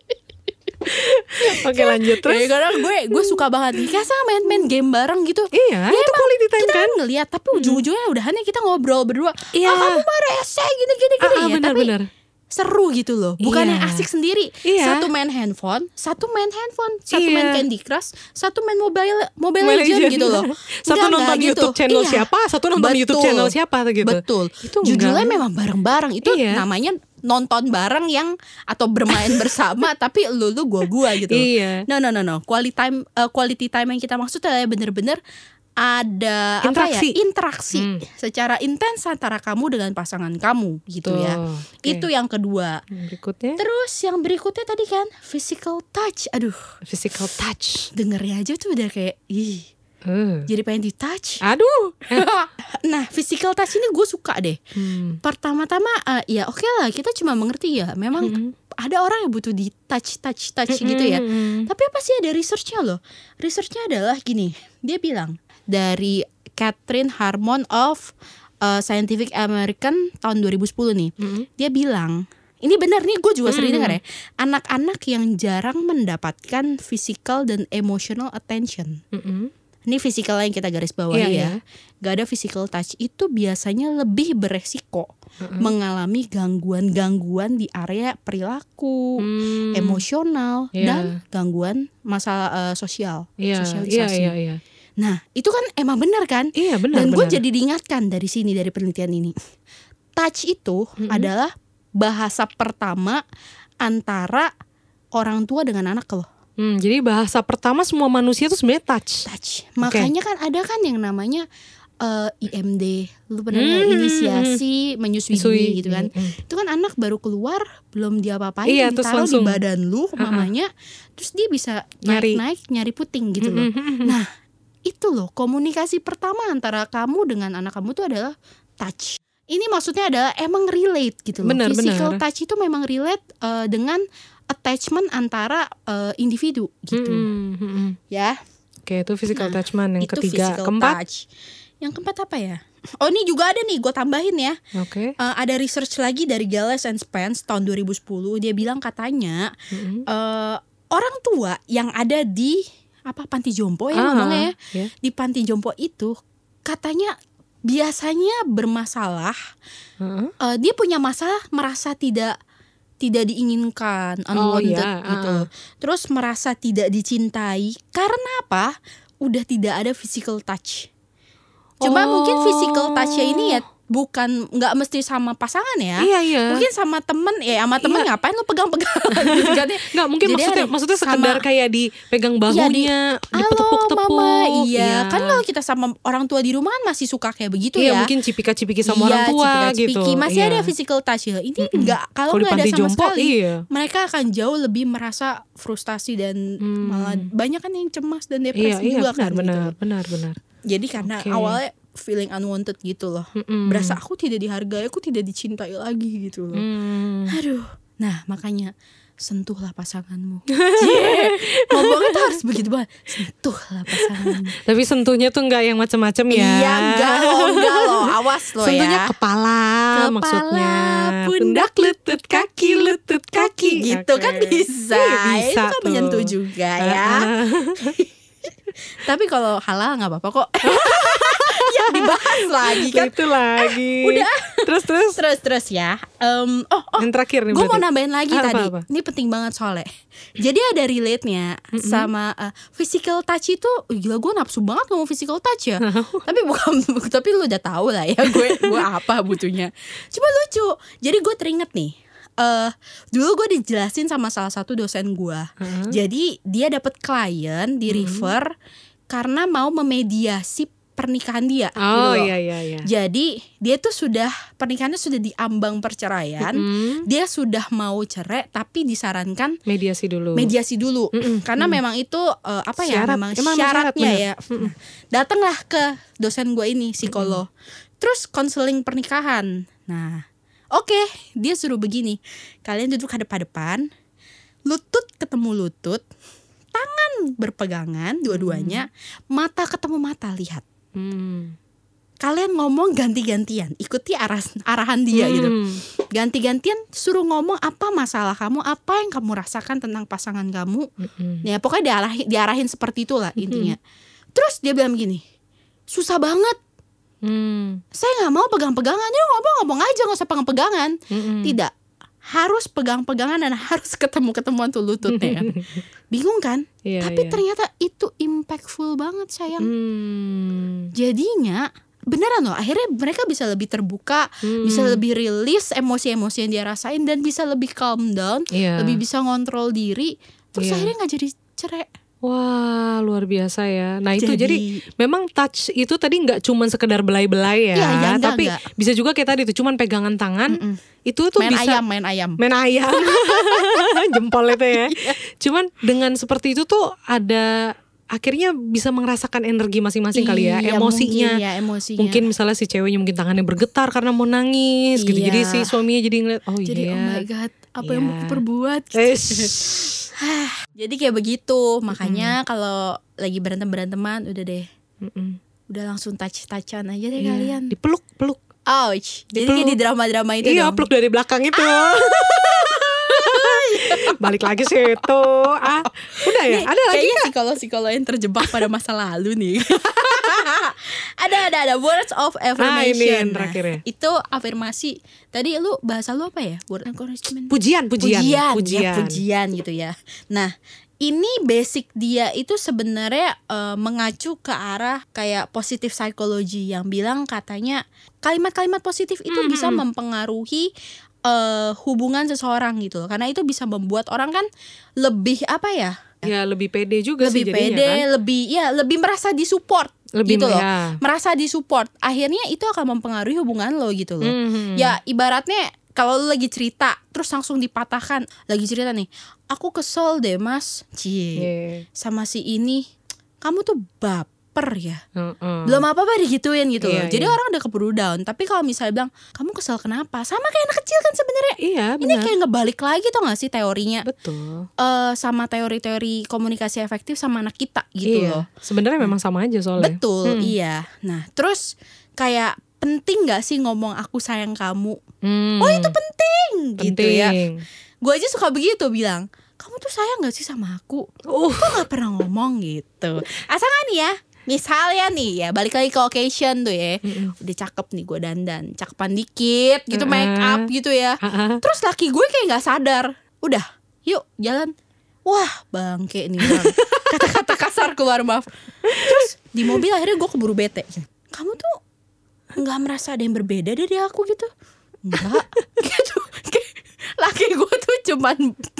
Oke lanjut terus. Ya, karena gue gue suka banget nih, kayak sama main-main game bareng gitu. Iya, ya, itu quality time kita kan. Kita ngeliat, tapi ujung-ujungnya udahannya kita ngobrol berdua. Iya. Ah, kamu mah rese gini-gini gini ah, ya. Bener, tapi bener. seru gitu loh. Bukan iya. yang asik sendiri. Iya. Satu main handphone, satu main handphone, satu iya. main Candy Crush, satu main Mobile Mobile Legend gitu loh. Satu enggak, nonton enggak YouTube gitu. channel iya. siapa, satu nonton Betul. YouTube channel siapa gitu. Betul. Itu judulnya memang bareng-bareng. Itu iya. namanya nonton bareng yang atau bermain bersama tapi lu lu gua gua gitu. Iya. No no no no. Quality time uh, quality time yang kita maksud adalah bener-bener ada interaksi. apa ya interaksi hmm. secara intens antara kamu dengan pasangan kamu gitu Tuh, ya. Okay. Itu yang kedua. Berikutnya. Terus yang berikutnya tadi kan physical touch. Aduh, physical touch. Dengernya aja tuh udah kayak ih. Uh. Jadi pengen di touch. Aduh. Nah physical touch ini gue suka deh. hmm. Pertama-tama uh, ya oke okay lah, kita cuma mengerti ya memang hmm. ada orang yang butuh di touch touch touch hmm. gitu ya. Tapi apa sih ada researchnya loh. Researchnya adalah gini. Dia bilang dari Catherine Harmon of uh, Scientific American tahun dua ribu sepuluh nih. hmm. Dia bilang ini benar nih, gue juga sering dengar ya. Anak-anak yang jarang mendapatkan physical dan emotional attention. hmm. Ini physical yang kita garis bawahi yeah, ya. Yeah. Gak ada physical touch itu biasanya lebih beresiko mm-hmm. mengalami gangguan-gangguan di area perilaku, mm. emosional yeah. dan gangguan masalah uh, sosial, yeah. sosialisasi. Yeah, yeah, yeah. Nah itu kan emang benar kan? Iya yeah, benar. Dan gue jadi diingatkan dari sini dari penelitian ini, touch itu mm-hmm. adalah bahasa pertama antara orang tua dengan anak loh. Hmm, jadi bahasa pertama semua manusia tuh sebenarnya touch. Touch. Makanya okay. kan ada kan yang namanya uh, I M D. Lu pernah hmm. inisiasi menyusui Sui. gitu kan. Hmm. Itu kan anak baru keluar, belum diapa-apain, iya, ditaruh di badan lu mamanya, uh-huh. terus dia bisa nyari naik-naik nyari puting gitu loh. Nah, itu loh komunikasi pertama antara kamu dengan anak kamu tuh adalah touch. Ini maksudnya adalah emang relate gitu loh. Bener, Physical bener. touch itu memang relate uh, dengan attachment antara uh, individu gitu. Hmm, hmm, hmm. Ya. Oke, itu physical nah, touchment yang itu ketiga. Keempat. Touch. Yang keempat apa ya? Oh, ini juga ada nih, gue tambahin ya. Oke. Okay. Uh, ada research lagi dari Gales and Spence tahun dua ribu sepuluh. Dia bilang katanya mm-hmm. uh, orang tua yang ada di apa panti jompo ya ah, ngomongnya ya. Yeah. Di panti jompo itu katanya biasanya bermasalah. Uh-huh. Uh, dia punya masalah merasa tidak tidak diinginkan, unwanted oh, yeah. gitu. Uh-uh. Terus merasa tidak dicintai karena apa? Udah tidak ada physical touch. Cuma oh. mungkin physical touch-nya ini ya bukan nggak mesti sama pasangan ya. Iya, iya. Mungkin sama temen ya, sama temen iya. ngapain lu pegang-pegang gitu kan. Nggak mungkin jadi maksudnya maksudnya sekedar sama, kayak dipegang bahunya, ya, di, ditepuk-tepuk. Mama, iya. Ya. Kan kalau kita sama orang tua di rumah kan masih suka kayak begitu iya, ya. Mungkin cipika-cipiki sama iya, orang tua cipika-cipiki. gitu. Masih iya. ada physical touch ya. Ini nggak mm-hmm. kalau nggak ada sama jompo, sekali. Iya. Mereka akan jauh lebih merasa frustasi dan hmm. malah banyak kan yang cemas dan depresi iya, juga iya, benar, kan. Benar, gitu. benar, benar. Jadi karena okay. awalnya feeling unwanted gitu loh. Mm-mm. Berasa aku tidak dihargai, aku tidak dicintai lagi gitu loh. Mm. Aduh. Nah, makanya sentuhlah pasanganmu. Yeah. Ngomongnya tuh harus begitu banget. Sentuhlah pasanganmu. Tapi sentuhnya tuh enggak yang macam-macam ya. Iya, enggak loh, enggak loh. Awas loh ya. Sentuhnya kepala, kepala maksudnya. Pundak, lutut, kaki, lutut, kaki. Gitu okay. kan bisa. Bisa itu kan tuh. menyentuh juga ya. Tapi kalau halal nggak apa-apa kok. Ya dibahas lagi kan. Itu lagi. Udah. Terus terus. Terus terus ya. Um, oh oh. Yang terakhir nih. Gue mau nambahin lagi ah, tadi. Apa, apa? Ini penting banget soalnya. Jadi ada relate-nya mm-hmm. sama uh, physical touch itu. Gila gue nafsu banget ngomong physical touch ya. Tapi bukan. Tapi lu udah tahu lah ya. Gue gue apa butuhnya. Cuma lucu. Jadi gue teringet nih. Uh, dulu gue dijelasin sama salah satu dosen gue. Uh-huh. Jadi dia dapat klien di refer uh-huh. karena mau memediasi pernikahan dia. Oh gitu iya iya iya. Jadi dia tuh sudah pernikahannya sudah diambang perceraian. Uh-huh. Dia sudah mau cerai tapi disarankan mediasi dulu. Mediasi dulu. Uh-huh. Karena uh-huh. memang itu uh, apa ya? Syarat. Memang Emang syaratnya syarat, ya. Uh-huh. Datanglah ke dosen gue ini psikolog. Uh-huh. Terus konseling pernikahan. Nah. Oke, dia suruh begini. Kalian duduk hadap-hadapan, lutut ketemu lutut, tangan berpegangan dua-duanya, hmm. mata ketemu mata, lihat. Hmm. Kalian ngomong ganti-gantian, ikuti arah, arahan dia hmm. gitu. Ganti-gantian suruh ngomong apa masalah kamu, apa yang kamu rasakan tentang pasangan kamu. Hmm. Ya pokoknya diarahin, diarahin seperti itulah intinya. Hmm. Terus dia bilang gini, susah banget. Hmm. Saya nggak mau pegang-pegangan, ya ngomong-ngomong aja, nggak usah pegang-pegangan. Hmm. Tidak, harus pegang-pegangan dan harus ketemu-ketemuan tuh lututnya kan. Bingung kan? Yeah, Tapi yeah. ternyata itu impactful banget sayang. Hmm. Jadinya beneran loh, akhirnya mereka bisa lebih terbuka, hmm. bisa lebih rilis emosi-emosi yang dia rasain dan bisa lebih calm down, yeah. lebih bisa ngontrol diri. Terus yeah. akhirnya nggak jadi cerai. Wah luar biasa ya. Nah itu jadi, jadi memang touch itu tadi nggak cuman sekedar belai-belai ya, ya, ya enggak, tapi enggak. Bisa juga kayak tadi tuh cuman pegangan tangan. Mm-mm. Itu tuh main bisa ayam, main ayam, main ayam, jempol itu ya. Cuman dengan seperti itu tuh ada akhirnya bisa merasakan energi masing-masing kali ya, iya, emosinya. Mungkin, ya, emosinya. Mungkin misalnya si ceweknya mungkin tangannya bergetar karena mau nangis, iya. gitu. Jadi si suaminya jadi ngeliat, oh jadi, iya. oh my god, apa iya. yang mau perbuat? Jadi kayak begitu. Makanya mm-hmm. kalau lagi berantem-beranteman udah deh, mm-hmm. udah langsung touch-touchan aja deh yeah. kalian. Dipeluk, peluk. Ouch. Jadi kayak di drama-drama itu iya, dong. peluk dari belakang itu. Ah. Balik lagi sih itu. Ah, udah ya? Nih, ada lagi kayaknya psikolog-psikolog yang terjebak pada masa lalu nih. ada ada ada words of affirmation. Ah, ini yang terakhir ya. Nah, itu afirmasi. Tadi lu bahasa lu apa ya? Word encouragement. Pujian, pujian, pujian, pujian. Ya, pujian gitu ya. Nah, ini basic dia itu sebenarnya uh, mengacu ke arah kayak positive psychology yang bilang katanya kalimat-kalimat positif itu mm-hmm. bisa mempengaruhi uh, hubungan seseorang gitu loh. Karena itu bisa membuat orang kan lebih apa ya? Ya lebih pede juga lebih sih jadinya pede, kan. lebih ya lebih merasa disupport Lebih gitu loh. ya. Merasa disupport. Akhirnya itu akan mempengaruhi hubungan lo gitu loh. Mhm. Ya ibaratnya kalau lo lagi cerita terus langsung dipatahkan, lagi cerita nih, aku kesel deh mas, cie, Yeah. sama si ini, kamu tuh baper ya. Uh-uh. Belum apa-apa digituin gitu loh. Iya, Jadi iya. orang udah keburu down. Tapi kalau misalnya bilang kamu kesel kenapa, sama kayak anak kecil kan sebenarnya. Iya Ini benar. kayak ngebalik lagi tau gak sih teorinya. Betul. Eh sama teori-teori komunikasi efektif sama anak kita gitu Iya. loh. Sebenarnya memang sama aja soalnya. Betul, Hmm. iya. Nah, terus kayak penting gak sih ngomong aku sayang kamu? Hmm. Oh itu penting, gitu ya. Penting. Gue aja suka begitu bilang, kamu tuh sayang gak sih sama aku? Uh. Kok gak pernah ngomong gitu. Asal kan ya, misalnya nih ya, balik lagi ke occasion tuh ya. Mm-mm. Udah cakep nih gue dandan, cakepan dikit gitu, Uh-uh. make up gitu ya. Uh-uh. Terus laki gue kayak gak sadar. Udah, yuk jalan. Wah bangke nih orang. Kata-kata kasar keluar, maaf. Terus di mobil akhirnya gue keburu bete. Kamu tuh gak merasa ada yang berbeda dari aku gitu? Enggak. Gitu. Laki gue tuh cuman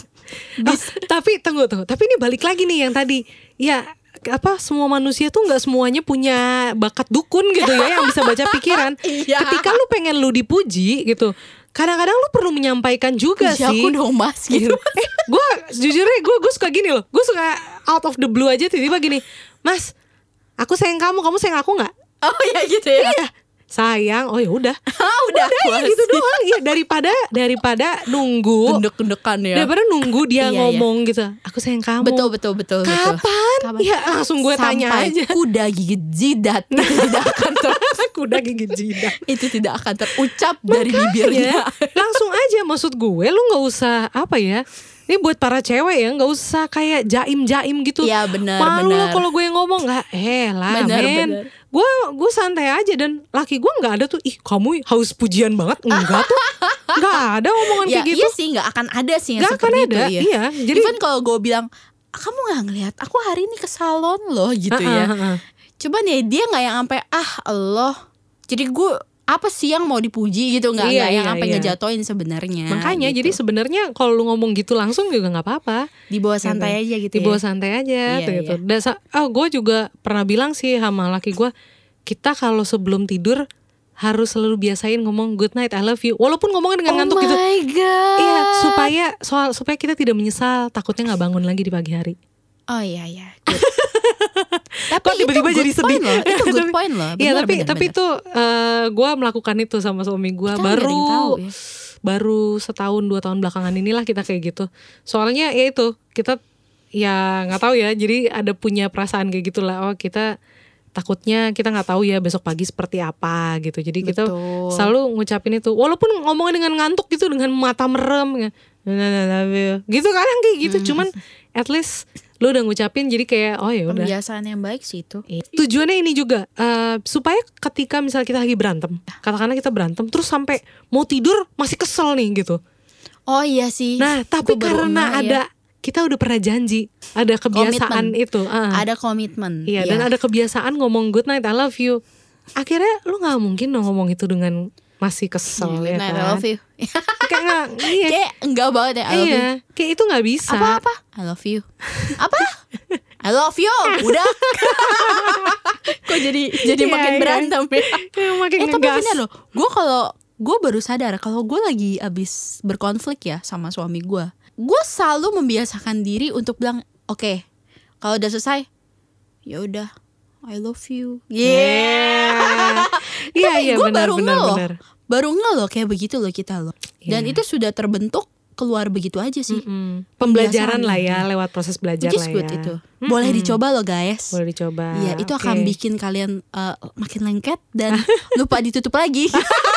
Oh, tapi tunggu tunggu. Tapi ini balik lagi nih yang tadi. Ya apa semua manusia tuh nggak semuanya punya bakat dukun gitu ya yang bisa baca pikiran. Iya. Ketika lu pengen lu dipuji gitu, kadang-kadang lu perlu menyampaikan juga puji sih. aku dong mas gitu. eh, gue jujurnya gue gue suka gini loh. Gue suka out of the blue aja tiba-tiba gini, Mas, aku sayang kamu, kamu sayang aku nggak? Oh ya gitu ya. Iya, sayang. Oh ya udah. Ah, udah, Udah ya gitu doang. Iya daripada daripada nunggu. Gendek-gendekan ya. Daripada nunggu dia Iya, ngomong gitu, aku sayang kamu. Betul betul betul betul. Kapan? Kapan? Ya langsung gue tanya Sampai aja. kuda gigit jidat itu tidak akan ter Kuda gigit jidat. itu tidak akan terucap dari bibirnya. Langsung aja, maksud gue lu nggak usah apa ya. Ini buat para cewek ya, nggak usah kayak jaim-jaim gitu. Iya benar Malu benar. lo kalau gue ngomong nggak, eh lah Benar, men. benar. Gue gue santai aja dan laki gue nggak ada tuh, ih kamu haus pujian banget, enggak tuh, nggak ada omongan Ya, kayak gitu. iya sih nggak akan ada sih yang Nggak akan seperti ada, itu ya. iya. Jadi Even kalau gue bilang kamu nggak ngelihat aku hari ini ke salon loh gitu Uh-uh, ya. uh-uh. Cuman ya dia nggak yang sampai ah Allah. Jadi gue apa sih yang mau dipuji gitu, nggak Iya, nggak yang iya, sampai iya. ngejatoin sebenarnya. Makanya gitu. jadi sebenarnya kalau lu ngomong gitu langsung juga nggak apa-apa. dibawa santai aja gitu. Dibawa ya. santai aja Iya, gitu. iya. Dan sa- oh gue juga pernah bilang sih sama laki gue, kita kalau sebelum tidur harus selalu biasain ngomong good night, I love you. Walaupun ngomongnya dengan ngantuk gitu. Oh my god. Iya, supaya soal supaya kita tidak menyesal, takutnya nggak bangun lagi di pagi hari. Oh iya iya. Good. Tapi Kok tiba-tiba itu jadi good sedih? point loh. Itu good Tapi- point loh. Iya, Benar, tapi benar, tapi benar. itu uh, gue melakukan itu sama suami gue Kita nggak ada baru yang tahu ya. baru setahun dua tahun belakangan inilah kita kayak gitu. Soalnya ya itu kita ya nggak tahu ya. Jadi ada punya perasaan kayak gitulah. Oh kita takutnya kita nggak tahu ya besok pagi seperti apa gitu. Jadi kita Betul. selalu ngucapin itu. Walaupun ngomongnya dengan ngantuk gitu, dengan mata merem, gitu kadang kayak gitu. Hmm. Cuman at least lu udah ngucapin jadi kayak oh ya udah. Pembiasaan yang baik sih itu. Tujuannya ini juga uh, supaya ketika misalnya kita lagi berantem, katakanlah kita berantem terus sampai mau tidur masih kesel nih gitu. Oh iya sih. Nah tapi Aku baru karena ngeh, ada ya. kita udah pernah janji, ada kebiasaan Komitmen. itu, uh. Ada komitmen. Iya, dan ada kebiasaan ngomong good night, I love you. Akhirnya lu nggak mungkin dong ngomong itu dengan masih kesel ya Good night, kan? I love you. Kayak nggak, iya, Kayak enggak banget ya I love you. iya, kayak itu nggak bisa. Apa-apa? I love you. Apa? I love you. Udah. Kok jadi jadi Iya, makin iya. berantem ya. Kayak makin Eh tapi ngegas. bener loh. Gue kalau gue baru sadar kalau gue lagi abis berkonflik ya sama suami gue, gue selalu membiasakan diri untuk bilang oke, okay, kalau udah selesai, ya udah, I love you. Yeah. Iya, Tapi iya gue benar baru benar ngeh loh, benar. baru ngeh loh kayak begitu loh kita loh. Dan Iya. itu sudah terbentuk keluar begitu aja sih. Mm-mm. Pembelajaran Pembiasaan lah ya, ya. lewat proses belajar Which is lah good ya. itu. Mm-mm. Boleh dicoba loh guys. Boleh dicoba. Iya, itu Oke. akan bikin kalian uh, makin lengket dan lupa ditutup lagi.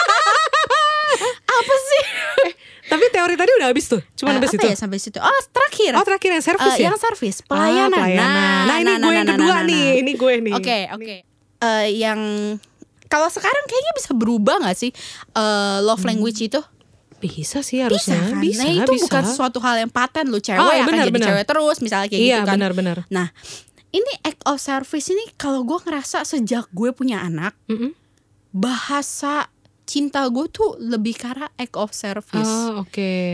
Apa sih? Tapi teori tadi udah habis tuh. Cuma Uh, sampai apa situ. ya sampai situ? Oh, terakhir. Oh, terakhir yang servis Uh, ya? Yang servis, Ah, pelayanan. pelayanan. Nah, Nah, ini gue yang kedua nih. Ini gue nih. Oke, oke. Eh, yang kalau sekarang kayaknya bisa berubah gak sih uh, love language itu? Bisa sih Bisa harusnya. kan? Bisa, nah itu bisa. bukan sesuatu hal yang paten loh. Cewek Oh, akan benar, jadi benar. cewek terus misalnya kayak Iya, gitu kan. benar-benar. Nah, ini act of service ini kalau gue ngerasa sejak gue punya anak, Mm-mm. bahasa cinta gue tuh lebih ke arah act of service. Oh, oke.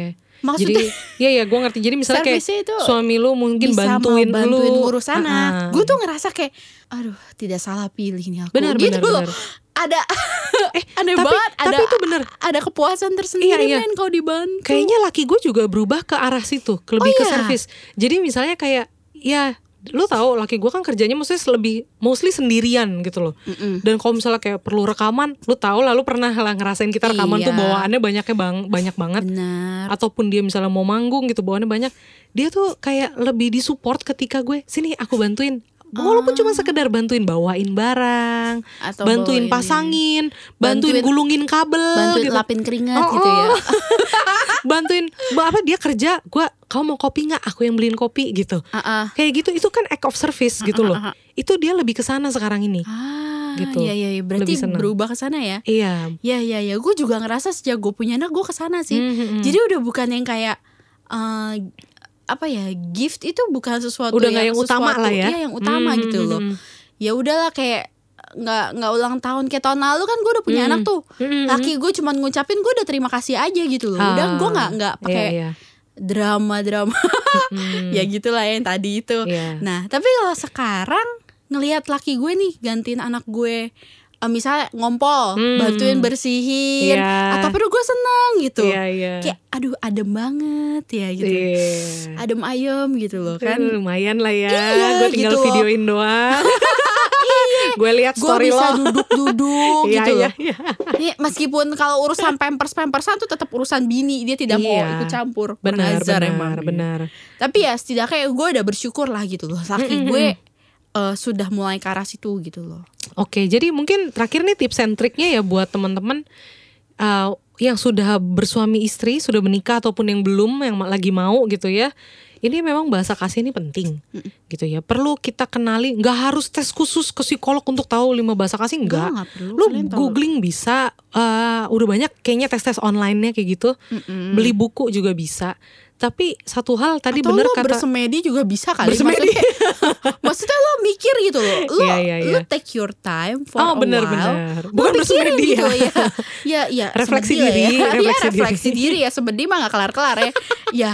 Maksudnya Jadi ya ya gue ngerti. Jadi misalnya kayak service itu suami lu mungkin bisa bantuin, mau bantuin lu ngurus anak. Ah, ah. Gue tuh ngerasa kayak aduh tidak salah pilih nih aku. Benar, gitu benar, loh. benar. Ada Eh, aneh tapi, banget. Ada, tapi itu bener. Ada kepuasan tersendiri Iya, iya. men kalau dibantu. Kayaknya laki gue juga berubah ke arah situ, ke lebih Oh, ke iya? service. Jadi misalnya kayak ya lu tahu laki gue kan kerjanya maksudnya lebih mostly sendirian gitu loh. Mm-mm. Dan kalau misalnya kayak perlu rekaman, lu tahu lah, lu pernah lah ngerasain kita rekaman Iya. tuh bawaannya banyaknya bang banyak banget. Benar. Ataupun dia misalnya mau manggung gitu bawaannya banyak, dia tuh kayak lebih disupport ketika gue sini aku bantuin. Walaupun cuma sekedar bantuin bawain barang, Atau bantuin bawain, pasangin, bantuin, Bantuin- gulungin kabel, Bantuin gitu. lapin keringat Oh, gitu ya. oh. Bantuin ba- apa dia kerja, gue kamu mau kopi nggak? Aku yang beliin kopi gitu. Ah, ah. Kayak gitu itu kan act of service gitu loh. ah, ah. Itu dia lebih ke sana sekarang ini. Ah, Gitu. Iya iya iya. Berarti Lebih senang. berubah ke sana ya. Iya. Iya iya iya. Gue juga ngerasa sejak gue punya anak gue kesana sih. Hmm, hmm, hmm. Jadi udah bukan yang kayak eh, apa ya, gift itu bukan sesuatu Udah nggak yang utama sesuatu- lah ya. Iya yang utama Hmm, gitu hmm, loh. hmm. Ya udahlah kayak nggak nggak ulang tahun kayak tahun lalu kan gue udah punya Hmm. anak tuh. Hmm, hmm, Laki gue cuman ngucapin gue udah terima kasih aja gitu loh. Udah gue nggak nggak pakai Iya, iya. drama-drama. Hmm. Ya gitulah yang tadi itu. Iya. Nah tapi kalau sekarang ngelihat laki gue nih gantiin anak gue, eh, misalnya ngompol, Hmm. bantuin bersihin, Iya. atau perlu gue seneng gitu. Iya, iya. Kayak aduh adem banget ya gitu. Iya. Adem ayem gitu loh kan. Eh, lumayan lah ya. Iya, Gue tinggal gitu loh. videoin doang. Gue lihat Gue story bisa lo. duduk-duduk Iya, gitu iya, loh. iya. Nih, meskipun kalau urusan pampers-pampersan tuh tetap urusan bini, dia tidak mau Iya. ikut campur. Benar, Kurang ajar benar, emang. benar. Tapi ya setidaknya gue udah bersyukur lah gitu loh. Laki Mm-mm. gue eh, sudah mulai ke arah situ gitu loh. Oke, jadi mungkin terakhir nih tips and triknya ya buat teman-teman uh, yang sudah bersuami istri, sudah menikah ataupun yang belum, yang ma- lagi mau gitu ya. Ini memang bahasa kasih ini penting, gitu ya. Perlu kita kenali, nggak harus tes khusus ke psikolog untuk tahu lima bahasa kasih, Enggak, nggak. nggak perlu. Lu Kalian tahu. googling bisa, uh, udah banyak kayaknya tes-tes online-nya kayak gitu. Mm-mm. Beli buku juga bisa. Tapi satu hal tadi Atau bener lo kata bersemedi juga bisa kali. Bersemedi. Maksudnya, maksudnya lo mikir gitu loh. Lo, Iya, iya, iya. lo take your time for Oh, a bener, while. bener. Lo Bukan pikirin bersemedi gitu ya. ya. Ya, ya. Refleksi semedi lah diri, ya. refleksi Iya, refleksi diri. diri ya. Semedi mah gak kelar-kelar ya. Ya.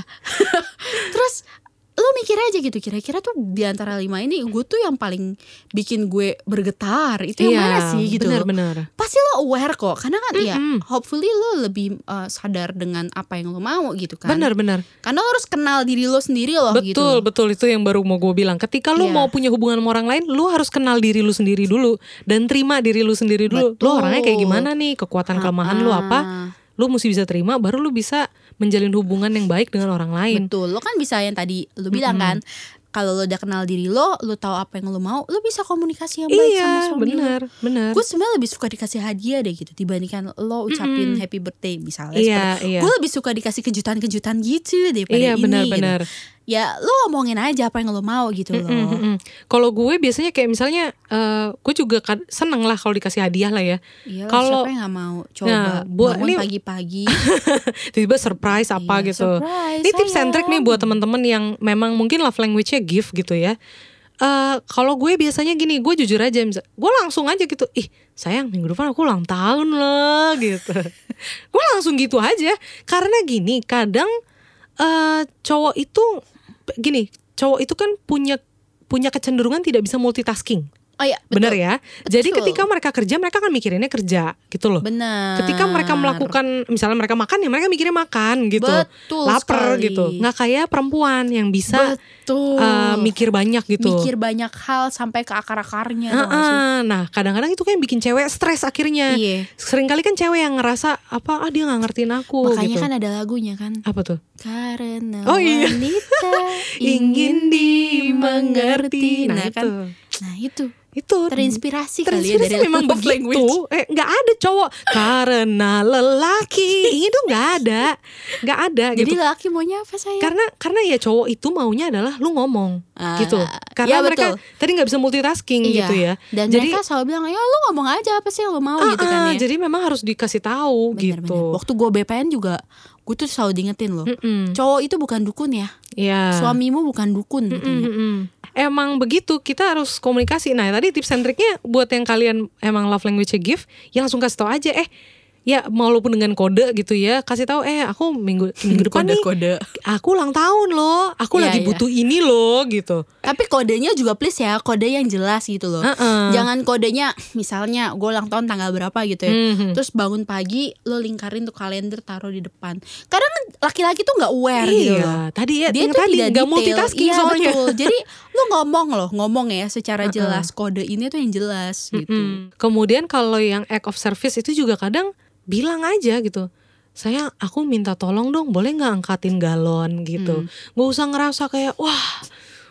Terus lo mikir aja gitu, kira-kira tuh di antara lima ini gue tuh yang paling bikin gue bergetar itu yang Iya, mana sih gitu loh. bener-bener. Pasti lo aware kok, karena kan ya Mm-mm. hopefully lo lebih uh, sadar dengan apa yang lo mau gitu kan. Bener-bener. Karena lo harus kenal diri lo sendiri loh Betul, gitu. betul, itu yang baru mau gue bilang. Ketika lu Iya. mau punya hubungan sama orang lain, lu harus kenal diri lu sendiri dulu dan terima diri lu sendiri dulu. Betul. Lu orangnya kayak gimana nih, kekuatan kelemahan lu apa? Ah, Lu mesti bisa terima, baru lu bisa menjalin hubungan yang baik dengan orang lain. betul. Lo kan bisa yang tadi lo bilang kan, kalau lo udah kenal diri lo, lo tahu apa yang lo mau, lo bisa komunikasi yang baik sama Iya, suami benar, lo. benar. Gue sebenarnya lebih suka dikasih hadiah deh gitu dibandingkan lo ucapin happy birthday misalnya. Iya, seperti- iya. Gue lebih suka dikasih kejutan-kejutan gitu daripada Iya, ini. benar-benar. Gitu. Ya lo ngomongin aja apa yang lo mau gitu loh. Mm, mm, mm. Kalau gue biasanya kayak misalnya, eh, gue juga kan seneng lah kalau dikasih hadiah lah ya. Iyalah, Kalau- siapa yang gak mau coba Nah, buat- bangun ini- pagi-pagi. Tiba-tiba surprise apa Iya, gitu. surprise, Ini tips and trick nih sayang. buat teman-teman yang memang mungkin love language-nya gift gitu ya. Eh kalau gue biasanya gini, gue jujur aja, misal, gue langsung aja gitu, ih sayang minggu depan aku ulang tahun loh gitu. Gue langsung gitu aja, karena gini kadang eh cowok itu gini, cowok itu kan punya punya kecenderungan tidak bisa multitasking. Oh iya, betul. Bener ya. Jadi Betul. ketika mereka kerja, mereka kan mikirinnya kerja gitu loh. Benar. Ketika mereka melakukan, misalnya mereka makan ya mereka mikirnya makan gitu, Betul lapar sekali. gitu. Nggak kayak perempuan yang bisa Betul. uh, mikir banyak gitu. Mikir banyak hal sampai ke akar-akarnya. tau gak sih? Uh-uh. Nah kadang-kadang itu kan bikin cewek stres akhirnya. Iya. Seringkali kan cewek yang ngerasa apa, ah dia nggak ngertiin aku. Makanya gitu. kan ada lagunya kan. Apa tuh? Karena Oh, iya. wanita ingin dimengerti. Nah kan, itu. nah itu Itu terinspirasi kali ya Terinspirasi dari memang love begitu. language. Eh nggak ada cowok karena lelaki itu nggak ada, nggak ada. Jadi gitu. laki maunya apa saya? Karena karena ya cowok itu maunya adalah lu ngomong Ah, gitu. ya, Karena mereka betul. tadi nggak bisa multitasking Iya. gitu ya. Dan jadi mereka selalu bilang ya lu ngomong aja apa sih yang lu mau gitu kan ah, ya. jadi memang harus dikasih tahu Bener, gitu. bener. Waktu gue B P N juga gue tuh selalu diingetin loh. Mm-mm. Cowok itu bukan dukun ya. Iya. Suamimu bukan dukun katanya. Mm-mm. Emang begitu, kita harus komunikasi. Nah tadi tips and triknya buat yang kalian emang love language gift, ya langsung kasih tau aja. Eh ya walaupun dengan kode gitu ya, kasih tahu eh aku minggu minggu depan nih Kode-kode. aku ulang tahun loh, aku Iya, lagi iya. butuh ini loh gitu. Tapi kodenya juga please ya, kode yang jelas gitu loh. Uh-uh. Jangan kodenya misalnya gue ulang tahun tanggal berapa gitu ya. Mhm. Terus bangun pagi lo lingkarin tuh kalender taruh di depan. Kadang laki-laki tuh nggak aware Iya, gitu loh. tadi ya Dia yang tuh tadi tidak nggak detail. multitasking Iya, soalnya. betul. Jadi lo ngomong loh, ngomong ya secara Uh-uh. jelas kode ini tuh yang jelas gitu. Mm. Kemudian kalau yang act of service itu juga kadang bilang aja gitu, saya aku minta tolong dong, boleh nggak angkatin galon gitu. Gak usah ngerasa kayak wah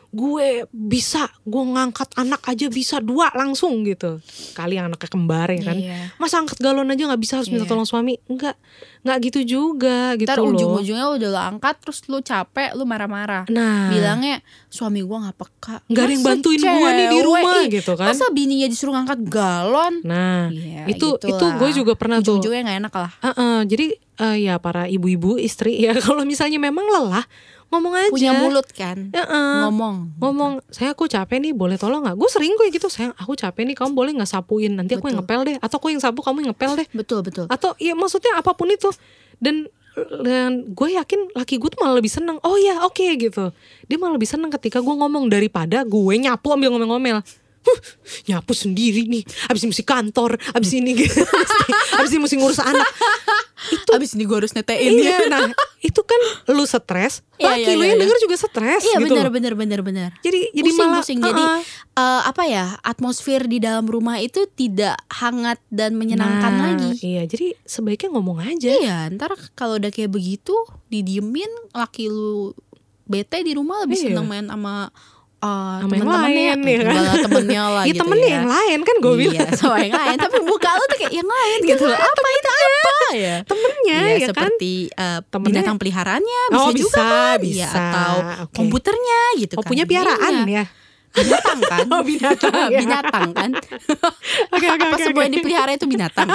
gue bisa, gue ngangkat anak aja bisa dua langsung gitu. Kali yang anaknya kembar ya kan, Iya. masa angkat galon aja nggak bisa harus minta Iya. tolong suami? Enggak, nggak gitu juga gitu Ntar loh. ujung-ujungnya udah lo angkat terus lo capek, lo marah-marah. Nah, Bilangnya suami gue nggak peka. nggak ada yang Masa bantuin gue nih di cewek, rumah ih, gitu kan. Masa bininya disuruh ngangkat galon? Nah, Ya, itu gitulah. itu gue juga pernah tuh. Ujung-ujungnya gak enak lah. Uh-uh, jadi uh, ya para ibu-ibu istri ya kalau misalnya memang lelah ngomong aja. Punya mulut kan, Uh-uh. ngomong. Ngomong, saya aku capek nih, boleh tolong nggak? Gue sering gue gitu, sayang aku capek nih, kamu boleh nggak sapuin? Nanti aku yang Betul. ngepel deh, atau aku yang sapu, kamu yang ngepel deh. Betul betul. Atau ya maksudnya apapun itu. Dan dan gue yakin laki gue tuh malah lebih seneng. Oh ya oke okay, gitu. Dia malah lebih seneng ketika gue ngomong daripada gue nyapu ambil ngomel-ngomel. Huh, nyapu sendiri nih, abis ini mesti kantor, abis ini gitu, abis ini mesti ngurus anak. Itu Abis ini gue harus netein. iya, nah itu kan lu stres, Iya, laki iya, lu iya, yang iya. denger juga stres Iya gitu. benar loh. benar benar benar. Jadi jadi Pusing, malah pusing. Jadi uh-uh. eh, apa ya, atmosfer di dalam rumah itu tidak hangat dan menyenangkan Nah, lagi. Iya, jadi sebaiknya ngomong aja. Iya, ntar kalau udah kayak begitu didiemin, laki lu bete di rumah lebih Iya. seneng main sama uh, Sama yang temen-temennya, lain, ya kan? malah temennya lah Ya gitu temennya ya. yang lain kan gue Iya, bilang. sama yang lain. Tapi muka lu tuh kayak yang lain gitu loh. Apa itu apa ya? Temennya Iya, ya kan. seperti uh, Temennya- binatang peliharaannya bisa Oh, juga bisa, kan? bisa. Iya, atau Oke. komputernya gitu Oh kan. punya piaraan Iya. ya. Binatang kan? Oh, binatang, ya. Binatang kan? Oke oke Apa oke. semua oke. yang dipelihara itu binatang?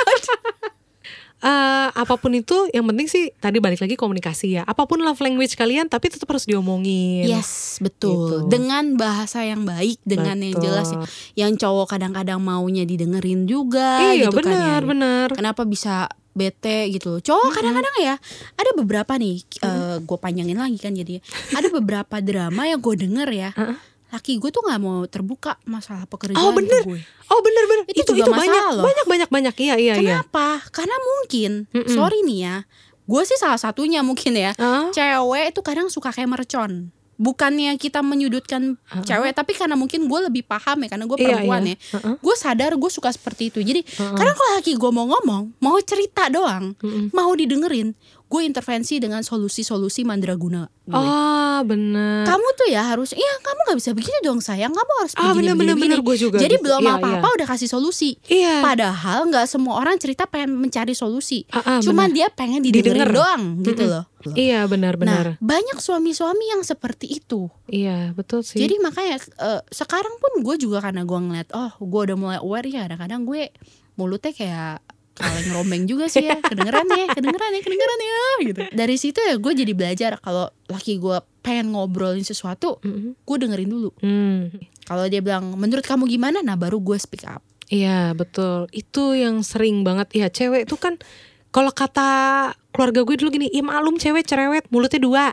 Eh, apapun itu yang penting sih tadi balik lagi komunikasi ya. Apapun love language kalian tapi tetap harus diomongin. Yes, betul. Gitu. Dengan bahasa yang baik, dengan yang Betul. jelas. Yang cowok kadang-kadang maunya didengerin juga Iya gitu kan ya. benar benar. Kenapa bisa bete gitu. Cowok kadang-kadang ya ada beberapa nih, eh, gue panjangin lagi kan jadi. Ada beberapa drama yang gue denger ya. Uh-uh. Laki gue tuh nggak mau terbuka masalah pekerjaan Oh bener. ke gue. Oh bener bener. Itu Itu juga itu masalah banyak loh. banyak banyak banyak. Iya iya iya. Kenapa? Karena mungkin, Mm-mm. sorry nih ya, gue sih salah satunya mungkin ya. Ah. Cewek itu kadang suka kayak mercon. Bukannya kita menyudutkan cewek, tapi karena mungkin gue lebih paham ya, karena gue Iya, perempuan iya. ya. Uh-uh. Gue sadar gue suka seperti itu. Jadi kadang kalau laki gue mau ngomong, mau cerita doang, mau didengerin, gue intervensi dengan solusi-solusi mandraguna gue. Oh bener. Kamu tuh ya harus, iya kamu gak bisa begitu dong sayang, kamu harus Ah, begini, bener, begini, bener, begini. bener, gue juga Jadi gitu. belum Iya, apa-apa iya. udah kasih solusi. Iya. Padahal gak semua orang cerita pengen mencari solusi. Ah, ah, Cuman bener. dia pengen didengerin Didengar. doang gitu Mm-mm. loh. Iya benar benar. Nah banyak suami-suami yang seperti itu. Iya betul sih. Jadi makanya eh, sekarang pun gue juga karena gue ngeliat, oh gue udah mulai aware ya, kadang-kadang gue mulutnya kayak kaleng rombeng juga sih ya, kedengeran ya, kedengeran ya, kedengeran ya gitu. Dari situ ya gue jadi belajar kalau laki gue pengen ngobrolin sesuatu, Mm-mm. gue dengerin dulu. Hmm. Kalau dia bilang menurut kamu gimana, nah baru gue speak up. Iya betul. Itu yang sering banget. Ya cewek itu kan kalau kata keluarga gue dulu gini, ya maklum cewek cerewet, mulutnya dua.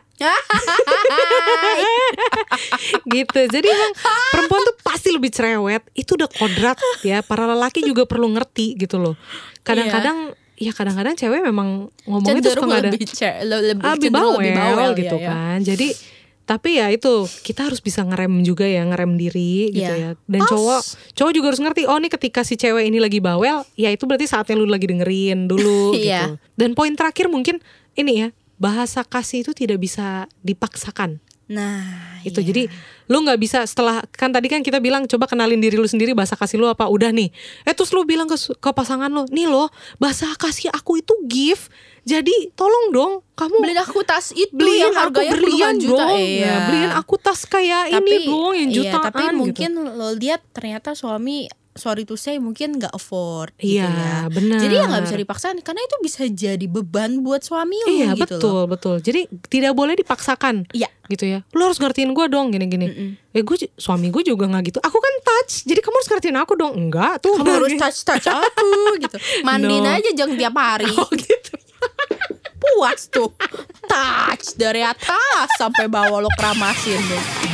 Gitu. Jadi emang perempuan tuh pasti lebih cerewet. Itu udah kodrat ya. Para lelaki juga perlu ngerti gitu loh. Kadang-kadang ya kadang-kadang cewek memang ngomongnya tuh suka Cenderung gak ada lebih, ce- le- lebih, ah, lebih cenderung bawel, lebih bawel gitu ya, ya. kan. Jadi tapi ya itu kita harus bisa ngerem juga ya, ngerem diri gitu Iya. ya. Dan Pas. cowok cowok juga harus ngerti, oh nih ketika si cewek ini lagi bawel, ya itu berarti saatnya lu lagi dengerin dulu gitu. Iya. Dan poin terakhir mungkin ini ya, bahasa kasih itu tidak bisa dipaksakan. Nah Itu iya. jadi lu nggak bisa setelah kan tadi kan kita bilang coba kenalin diri lu sendiri, bahasa kasih lu apa, udah nih eh terus lu bilang ke, ke pasangan lu, nih loh bahasa kasih aku itu gift, jadi tolong dong kamu beliin aku tas itu beliin yang aku harganya berlian puluhan juta. dong, Iya. ya, beliin aku tas kayak ini dong yang iya, jutaan tapi gitu. mungkin lo lihat ternyata suami sorry to say mungkin nggak afford gitu Iya, ya. benar. Jadi ya nggak bisa dipaksakan karena itu bisa jadi beban buat suami lu Iya gitu betul loh. betul. Jadi tidak boleh dipaksakan. Iya. Gitu ya. Lu harus ngertiin gue dong gini-gini. Eh gue suami gue juga nggak gitu. Aku kan touch. Jadi kamu harus ngertiin aku dong. Enggak tuh. Kamu harus touch touch aku gitu. Mandiin No. aja jangan tiap hari. Oh gitu. Puas tuh. Touch dari atas sampai bawah lo keramasin deh.